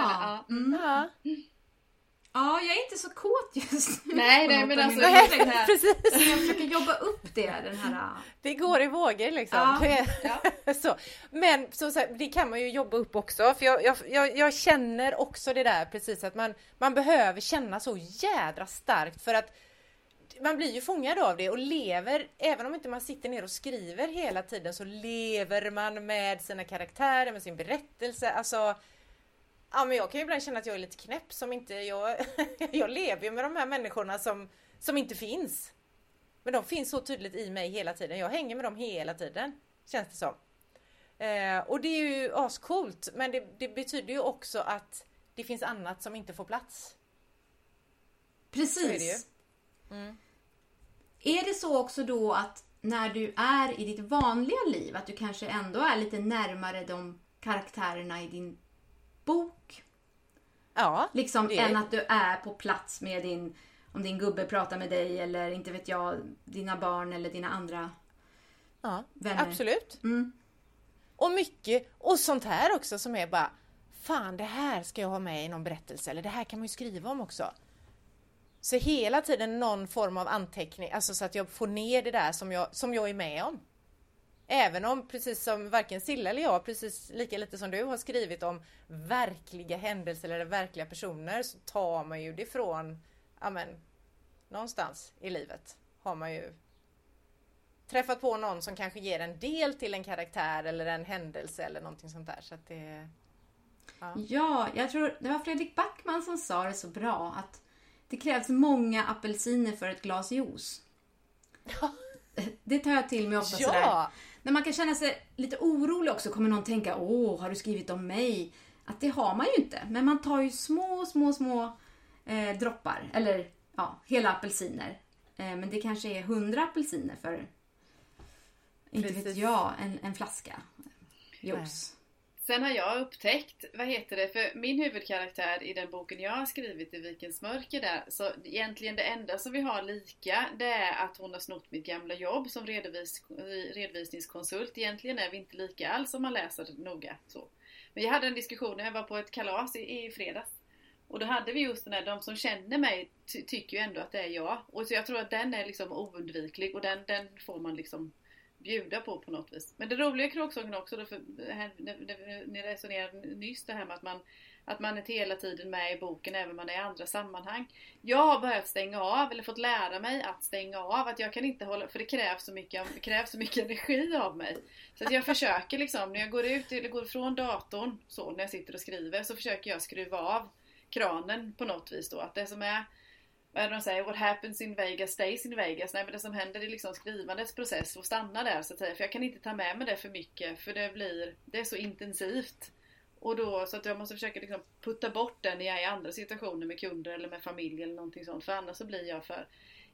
Ja, jag är inte så kåt just nu. Nej, men alltså precis. Jag försöker jobba upp den här. Det går i vågor liksom. Ja. Så. Men så det kan man ju jobba upp också. För jag känner också det där precis, att man behöver känna så jädra starkt, för att man blir ju fångad av det och lever, även om inte man sitter ner och skriver hela tiden, så lever man med sina karaktärer, med sin berättelse. Alltså, ja, men jag kan ju ibland känna att jag är lite knäpp som inte, jag lever ju med de här människorna som inte finns. Men de finns så tydligt i mig hela tiden. Jag hänger med dem hela tiden, känns det som. Och det är ju ascoolt, men det betyder ju också att det finns annat som inte får plats. Precis. Så är det ju. Är det så också då att när du är i ditt vanliga liv, att du kanske ändå är lite närmare de karaktärerna i din bok? Ja. Liksom än att du är på plats med om din gubbe pratar med dig, eller inte vet jag, dina barn eller dina andra vänner. Absolut. Och mycket, och sånt här också som är bara, fan, det här ska jag ha med i någon berättelse, eller det här kan man ju skriva om också. Så hela tiden någon form av anteckning, alltså så att jag får ner det där som jag är med om. Även om, precis som varken Silla eller jag, precis lika lite som du har skrivit om verkliga händelser eller verkliga personer, så tar man ju det från, någonstans i livet har man ju träffat på någon som kanske ger en del till en karaktär eller en händelse eller någonting sånt där. Så att det... Ja, jag tror det var Fredrik Backman som sa det så bra, att det krävs många apelsiner för ett glas juice. Ja. Det tar jag till mig ofta sådär. När man kan känna sig lite orolig också, kommer någon tänka, har du skrivit om mig? Att det har man ju inte. Men man tar ju små droppar. Eller hela apelsiner. Men det kanske är 100 apelsiner för, inte vet jag, en flaska juice. Sen har jag upptäckt, för min huvudkaraktär i den boken jag har skrivit i Vikens mörker där, så egentligen det enda som vi har lika, det är att hon har snott mitt gamla jobb som redovisningskonsult. Egentligen är vi inte lika alls om man läser det noga så. Men jag hade en diskussion när jag var på ett kalas i fredags. Och då hade vi just den här, de som känner mig tycker ju ändå att det är jag. Och så jag tror att den är liksom oundviklig, och den får man liksom bjuda på något vis. Men det roliga i Kråksången också, för ni resonerade nyss det här med att man är hela tiden med i boken även om man är i andra sammanhang. Jag har behövt stänga av, eller fått lära mig att stänga av, att jag kan inte hålla, för det krävs så mycket energi av mig. Så att jag försöker liksom, när jag går ut eller går från datorn, så när jag sitter och skriver, så försöker jag skruva av kranen på något vis då, att det som är, vad är det de säger, what happens in Vegas stays in Vegas. Nej, men det som händer är liksom skrivandets process och stanna där så att säga. För jag kan inte ta med mig det för mycket, för det är så intensivt. Och då, så att jag måste försöka liksom putta bort den när jag är i andra situationer med kunder eller med familj eller någonting sånt. För annars så blir jag för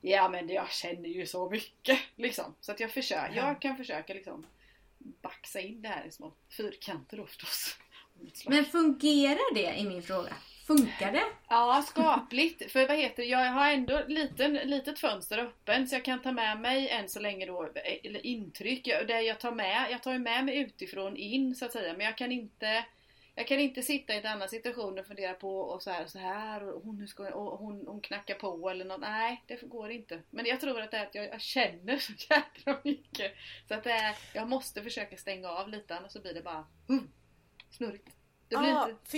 Ja, men jag känner ju så mycket liksom. Så att jag kan försöka liksom baxa in det här i små fyrkanter då förstås. Men fungerar det i min fråga? Funkar det? Ja, skapligt. För vad heter det? Jag har ändå litet fönster öppen så jag kan ta med mig än så länge då eller intryck. Jag tar ju med mig utifrån in så att säga. Men jag kan inte sitta i en annan situation och fundera på och så här och hon knackar på eller något. Nej, det går inte. Men jag tror att det är att jag känner så jävla mycket. Så att jag måste försöka stänga av lite annars så blir det bara snurrigt. Det blir inte... för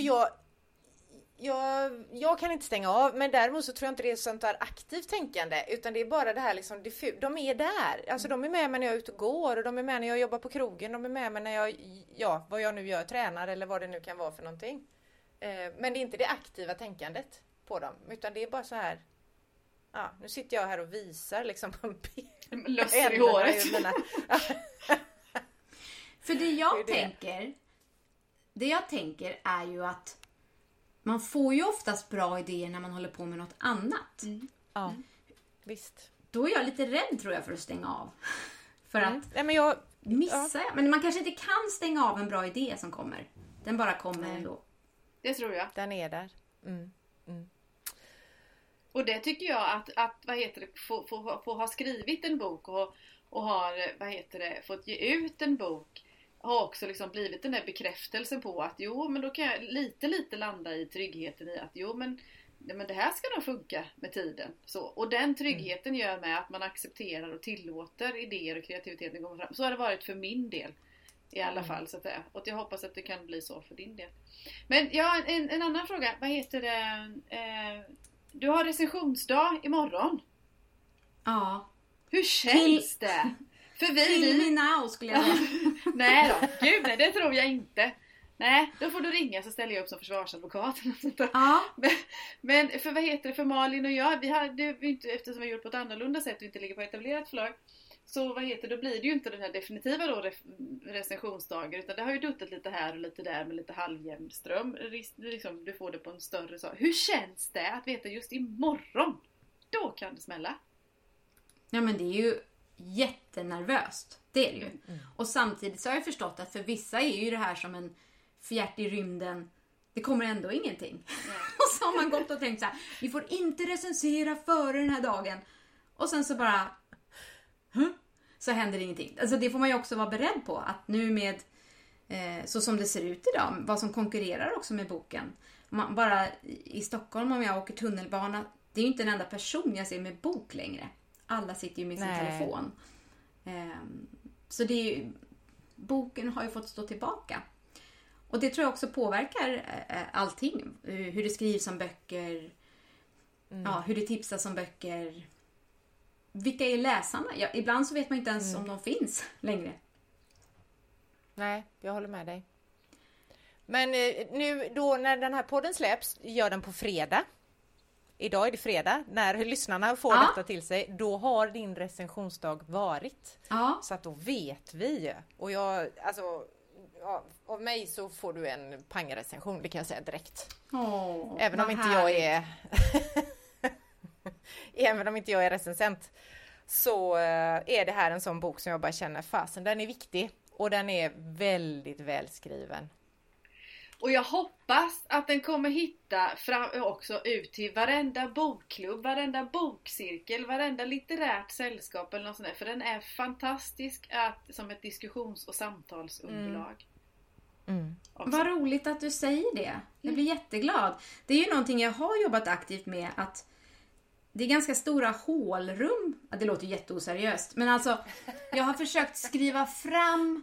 jag kan inte stänga av, men däremot så tror jag inte det är sånt där aktivt tänkande, utan det är bara det här liksom, de är där. Alltså de är med mig när jag är ute och går och de är med när jag jobbar på krogen, de är med mig när vad jag nu gör, tränar eller vad det nu kan vara för någonting. Men det är inte det aktiva tänkandet på dem, utan det är bara så här, nu sitter jag här och visar liksom på en bild. Lössar i håret. För det jag tänker är ju att man får ju oftast bra idéer när man håller på med något annat. Ja, visst. Då är jag lite rädd tror jag för att stänga av. För att missa. Ja. Men man kanske inte kan stänga av en bra idé som kommer. Den bara kommer ändå. Det tror jag. Den är där. Och det tycker jag att vad heter det, få ha skrivit en bok och har fått ge ut en bok har också liksom blivit den där bekräftelsen på att men då kan jag lite landa i tryggheten i att men det här ska nog funka med tiden. Så, och den tryggheten gör med att man accepterar och tillåter idéer och kreativiteten komma fram. Så har det varit för min del i alla fall. Så att och jag hoppas att det kan bli så för din del. Men jag har en annan fråga. Vad heter det? Du har recensionsdag imorgon. Ja. Hur känns det? För Kill me now skulle jag säga. Nej då, gud nej, det tror jag inte. Nej, då får du ringa så ställer jag upp som försvarsadvokat. Ja. Men för vad heter det, för Malin och jag, vi hade inte, eftersom vi gjort på ett annorlunda sätt och inte ligger på etablerat förlag, så då blir det ju inte den här definitiva då recensionsdagen, utan det har ju duttat lite här och lite där med lite halvjämn ström. Liksom, du får det på en större sak. Hur känns det att veta just imorgon? Då kan det smälla. Ja, men det är ju jättenervöst. Det är det ju. Och samtidigt så har jag förstått att för vissa är ju det här som en fjärt i rymden. Det kommer ändå ingenting. Och så har man gått och tänkt så här: vi får inte recensera före den här dagen. Och sen så bara så händer ingenting. Alltså det får man ju också vara beredd på. Att nu med så som det ser ut idag, vad som konkurrerar också med boken. Bara i Stockholm om jag åker tunnelbana, det är ju inte en enda person jag ser med bok längre. Alla sitter ju med sin telefon. Så det är ju, boken har ju fått stå tillbaka. Och det tror jag också påverkar allting. Hur det skrivs om böcker. Hur det tipsas om böcker. Vilka är läsarna? Ibland så vet man inte ens om de finns längre. Nej, jag håller med dig. Men nu då när den här podden släpps, gör den på fredag. Idag är det fredag. När lyssnarna får detta till sig, då har din recensionsdag varit. Ja. Så att då vet vi. Och av mig så får du en pangrecension, det kan jag säga direkt. Även om inte jag är även om inte jag är recensent, så är det här en sån bok som jag bara känner, fasen, den är viktig och den är väldigt välskriven. Och jag hoppas att den kommer hitta fram också ut till varenda bokklubb, varenda bokcirkel, varenda litterärt sällskap eller något sånt där. För den är fantastisk som ett diskussions- och samtalsunderlag. Vad roligt att du säger det. Jag blir jätteglad. Det är ju någonting jag har jobbat aktivt med, att det är ganska stora hålrum. Det låter ju jätteoseriöst. Men alltså, jag har försökt skriva fram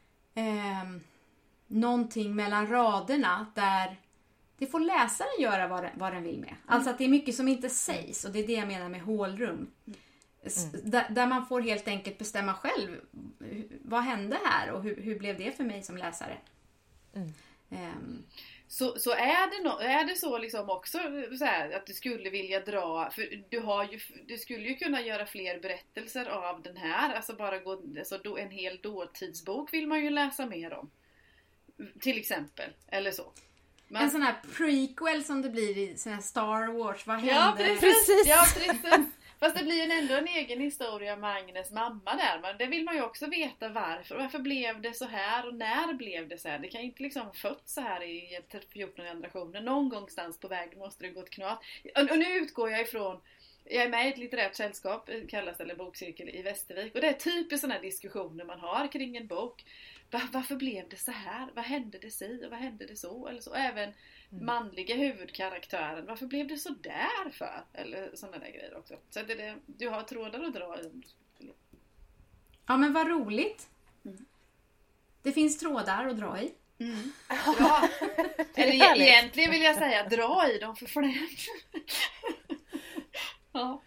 någonting mellan raderna där det får läsaren göra vad den vill med. Alltså att det är mycket som inte sägs, och det är det jag menar med hålrum. Där man får helt enkelt bestämma själv, vad hände här och hur blev det för mig som läsare. Så är det så liksom också så här, att du skulle vilja dra, för du skulle ju kunna göra fler berättelser av den här, alltså bara en hel dåtidsbok vill man ju läsa mer om. Till exempel, eller så. En sån här prequel som det blir i sån här Star Wars, vad händer? Ja, precis. Fast det blir ju ändå en egen historia med Agnes mamma där. Men det vill man ju också veta varför. Varför blev det så här och när blev det så här? Det kan ju inte liksom fötts så här i 14 generationer. Någon gångstans på vägen måste det gå ett knat. Och nu utgår jag ifrån, jag är med i ett litterärt sällskap, kallas det, eller bokcirkel i Västervik. Och det är typiskt sådana här diskussioner man har kring en bok. Varför blev det så här? Vad hände det si och vad hände det så? Eller så. Även manliga huvudkaraktären. Varför blev det så där för? Eller sådana där grejer också. Så det, du har trådar att dra i. Ja, men vad roligt. Det finns trådar att dra i. Dra. Eller egentligen vill jag säga dra i dem för flänt. Ja.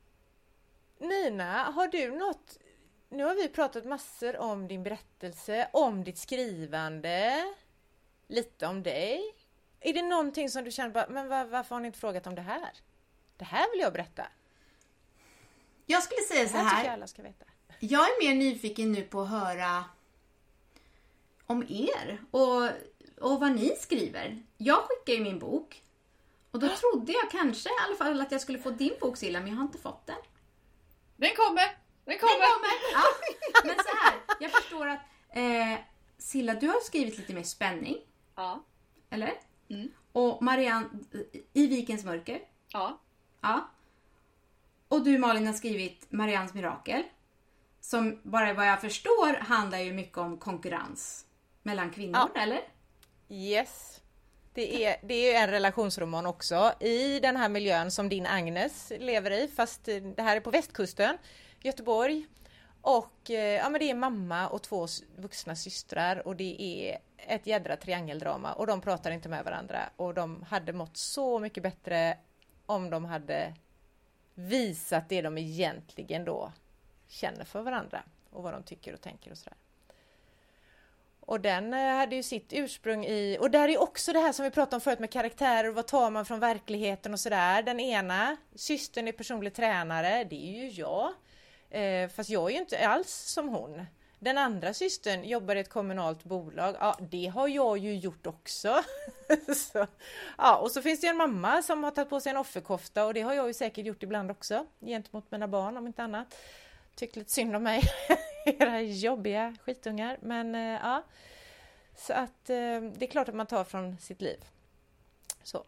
Nina, har du något... Nu har vi pratat massor om din berättelse, om ditt skrivande, lite om dig. Är det någonting som du känner bara, men varför har ni inte frågat om det här? Det här vill jag berätta. Jag skulle säga så här. Tycker jag alla ska veta. Jag är mer nyfiken nu på att höra om er och vad ni skriver. Jag skickar ju min bok. Och då trodde jag kanske i alla fall att jag skulle få din bok, Silla, men jag har inte fått den. Den kommer! Ja, men så här, jag förstår att Silla, du har skrivit lite mer spänning. Ja. Eller? Och Marianne, i Vikens mörker. Ja. Ja. Och du, Malin, har skrivit Mariannes mirakel. Som bara vad jag förstår handlar ju mycket om konkurrens mellan kvinnor, eller? Yes. Det är en relationsroman också i den här miljön som din Agnes lever i, fast det här är på västkusten, Göteborg. Och ja, men det är mamma och 2 vuxna systrar och det är ett jädra triangeldrama och de pratar inte med varandra och de hade mått så mycket bättre om de hade visat det de egentligen då känner för varandra och vad de tycker och tänker och sådär. Och den hade ju sitt ursprung i, och där är också det här som vi pratade om förut med karaktärer och vad tar man från verkligheten och sådär. Den ena systern är personlig tränare, det är ju jag. Fast jag är ju inte alls som hon. Den andra systern jobbar i ett kommunalt bolag. Ja, det har jag ju gjort också. Så, ja, och så finns det en mamma som har tagit på sig en offerkofta och det har jag ju säkert gjort ibland också. Gentemot mina barn om inte annat. Tycker lite synd om mig. Era jobbiga skitungar. Men ja. Så att det är klart att man tar från sitt liv. Så.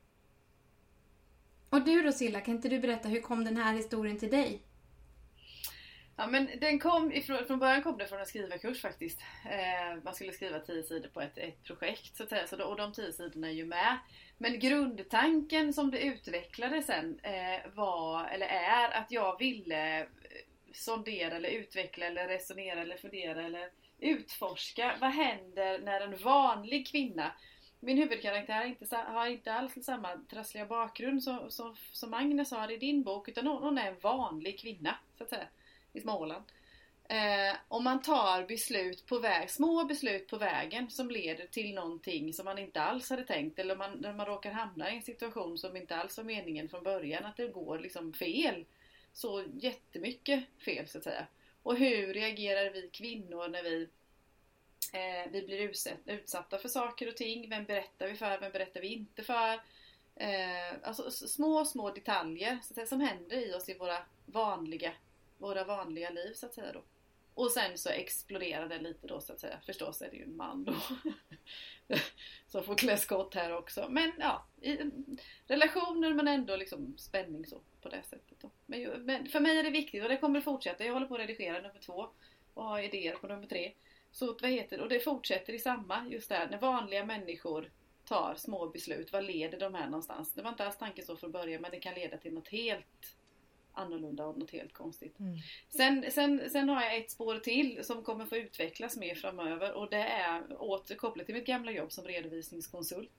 Och du då, Silla, kan inte du berätta hur kom den här historien till dig? Ja, men den kom från början kom det från en skrivarkurs faktiskt. Man skulle skriva 10 sidor på ett projekt så att säga. Och de 10 sidorna är ju med. Men grundtanken som det utvecklade sen är att jag ville sondera eller utveckla eller resonera eller fundera eller utforska. Vad händer när en vanlig kvinna, min huvudkaraktär har inte alls samma trassliga bakgrund som Agnes har i din bok, utan hon är en vanlig kvinna så att säga. I Småland. Om man tar små beslut på vägen som leder till någonting som man inte alls hade tänkt, eller när man råkar hamna i en situation som inte alls var meningen från början, att det går liksom fel, så jättemycket fel så att säga. Och hur reagerar vi kvinnor när vi blir utsatta för saker och ting? Vem berättar vi för? Vem berättar vi inte för? Alltså små detaljer så att säga, som händer i oss i våra vanliga liv så att säga då. Och sen så exploderar det lite då så att säga. Förstås är det ju en man då. Som får klä skott här också. Men ja, i relationer men ändå liksom spänning så på det sättet då. Men för mig är det viktigt och det kommer att fortsätta. Jag håller på att redigera nummer 2 och har idéer på nummer 3. Så och det fortsätter i samma just där. När vanliga människor tar små beslut. Vad leder de här någonstans? Det var inte alls tanken så från början, men det kan leda till något helt annorlunda och något helt konstigt. Sen har jag ett spår till som kommer få utvecklas mer framöver, och det är återkopplat till mitt gamla jobb som redovisningskonsult.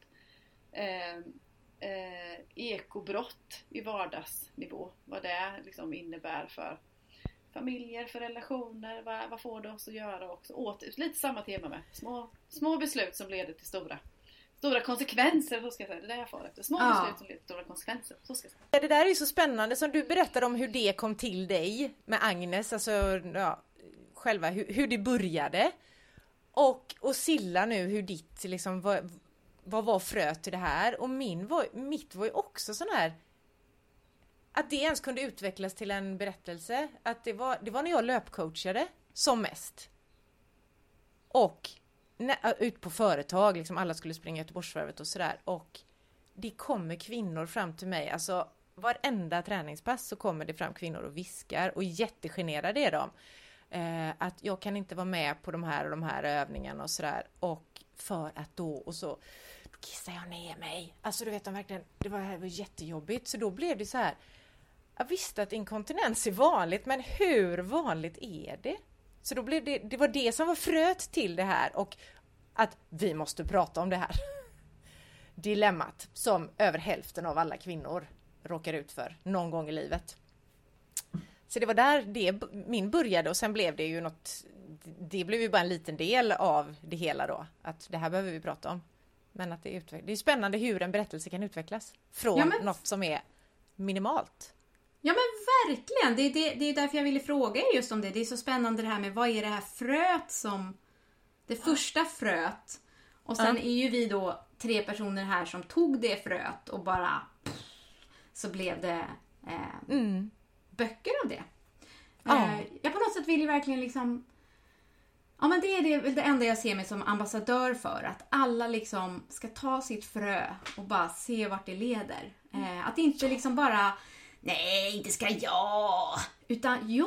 Ekobrott i vardagsnivå. Vad det liksom innebär för familjer, för relationer. Vad får det oss att göra också? Lite samma tema med små beslut som leder till stora konsekvenser, så ska jag säga. Det är det jag får efter. Små beslut som leder till stora konsekvenser, så ska jag säga. Det där är ju så spännande som du berättade om hur det kom till dig med Agnes, alltså ja, själva hur det började. Och Silla nu, hur ditt liksom, vad var fröet till det här? Och mitt var ju också sån här, att det ens kunde utvecklas till en berättelse. Att det var när jag löpcoachade som mest. Och ut på företag, liksom alla skulle springa Göteborgsvarvet och sådär. Och det kommer kvinnor fram till mig. Alltså varenda träningspass så kommer det fram kvinnor och viskar. Och jättegenerade är de. Att jag kan inte vara med på de här övningarna och sådär. Och för att då kissar jag ner mig. Alltså du vet, det var jättejobbigt. Så då blev det så här. Jag visste att inkontinens är vanligt, men hur vanligt är det? Så då blev det var det som var fröet till det här, och att vi måste prata om det här dilemmat som över hälften av alla kvinnor råkar ut för någon gång i livet. Så det var där min började, och sen blev det ju det blev ju bara en liten del av det hela då, att det här behöver vi prata om. Men att det är spännande hur en berättelse kan utvecklas från något som är minimalt. Ja men verkligen, det är därför jag ville fråga er just om det. Det är så spännande det här med vad är det här fröet som, det första fröet. Och sen är ju vi då 3 personer här som tog det fröet och bara så blev det böcker av det. Jag på något sätt vill ju verkligen liksom, ja men det är väl det enda jag ser mig som ambassadör för, att alla liksom ska ta sitt frö och bara se vart det leder. Att inte liksom bara nej, det ska jag. Utan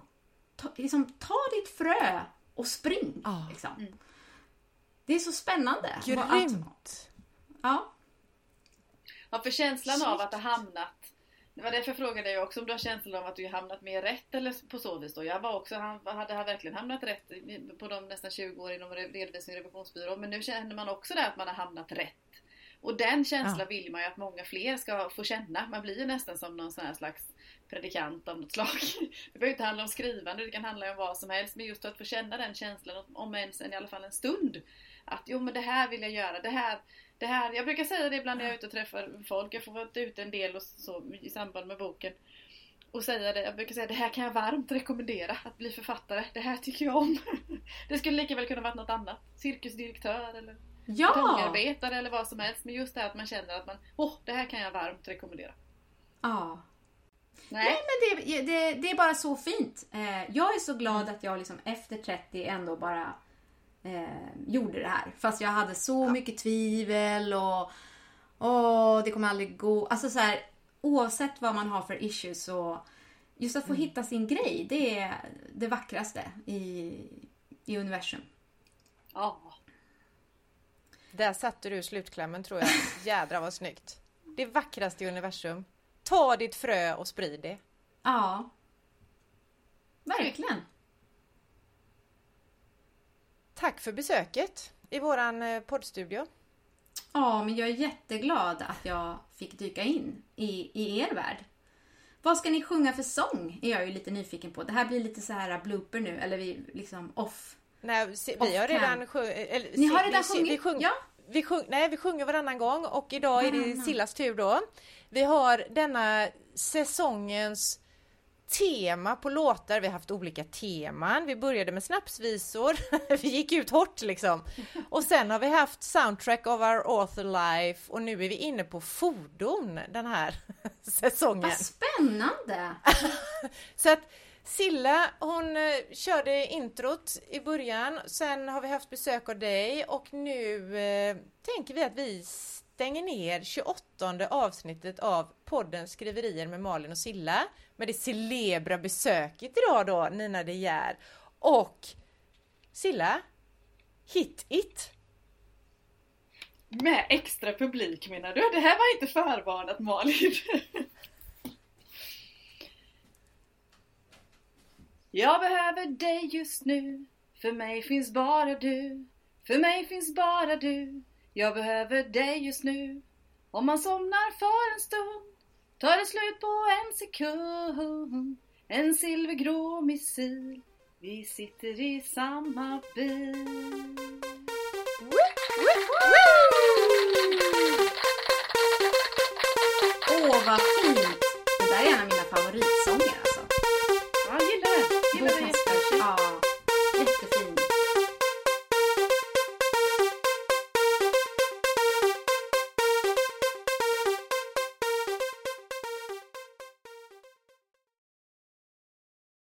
ta ditt frö och spring. Liksom. Det är så spännande. Grymt. Ja, för känslan av att ha hamnat. Det var därför jag frågade dig också om du har känslan av att du har hamnat mer rätt eller på så vis då. Jag hade verkligen hamnat rätt på de nästan 20 år inom redovisning och revisionsbyrå. Men nu känner man också där att man har hamnat rätt. Och den känslan vill man ju att många fler ska få känna. Man blir ju nästan som någon sån här slags predikant av något slag. Det behöver inte handla om skrivande, det kan handla om vad som helst. Men just att få känna den känslan, om ens i alla fall en stund. Att men det här vill jag göra, det här. Jag brukar säga det ibland när jag är ute och träffar folk. Jag får vara ute en del och så i samband med boken. Och säga det, jag brukar säga det här kan jag varmt rekommendera att bli författare. Det här tycker jag om. Det skulle lika väl kunna vara något annat. Cirkusdirektör eller betongarbetare eller vad som helst. Men just det här att man känner att det här kan jag varmt rekommendera. Ja. Nej men det är bara så fint. Jag är så glad att jag liksom efter 30 ändå bara gjorde det här. Fast jag hade så mycket tvivel och det kommer aldrig gå. Alltså så här, oavsett vad man har för issues, så just att få hitta sin grej, det är det vackraste i universum. Ja. Där satte du slutklämmen, tror jag. Jädra vad snyggt. Det vackraste i universum. Ta ditt frö och sprid det. Ja. Verkligen. Tack för besöket i våran poddstudio. Ja, men jag är jätteglad att jag fick dyka in i er värld. Vad ska ni sjunga för sång? Är jag ju lite nyfiken på. Det här blir lite så här blooper nu, eller vi liksom off. Nej, vi har redan sjungit. Ni har redan sjungit? Vi sjunger varannan gång, och idag är det Sillas tur då. Vi har denna säsongens tema på låtar. Vi har haft olika teman. Vi började med snapsvisor. Vi gick ut hårt liksom. Och sen har vi haft soundtrack of our author life. Och nu är vi inne på fordon den här säsongen. Vad spännande! Så att Silla, hon körde introt i början. Sen har vi haft besök av dig. Och nu tänker vi att vi stänger ner 28:e avsnittet av podden Skriverier med Malin och Silla. Med det celebra besöket idag då, Nina De Geer. Och Silla, hit it! Med extra publik menar du? Det här var inte förvarnat, Malin. Jag behöver dig just nu. För mig finns bara du. För mig finns bara du. Jag behöver dig just nu. Om man somnar för en stund tar det slut på en sekund. En silvergrå missil. Vi sitter i samma bil.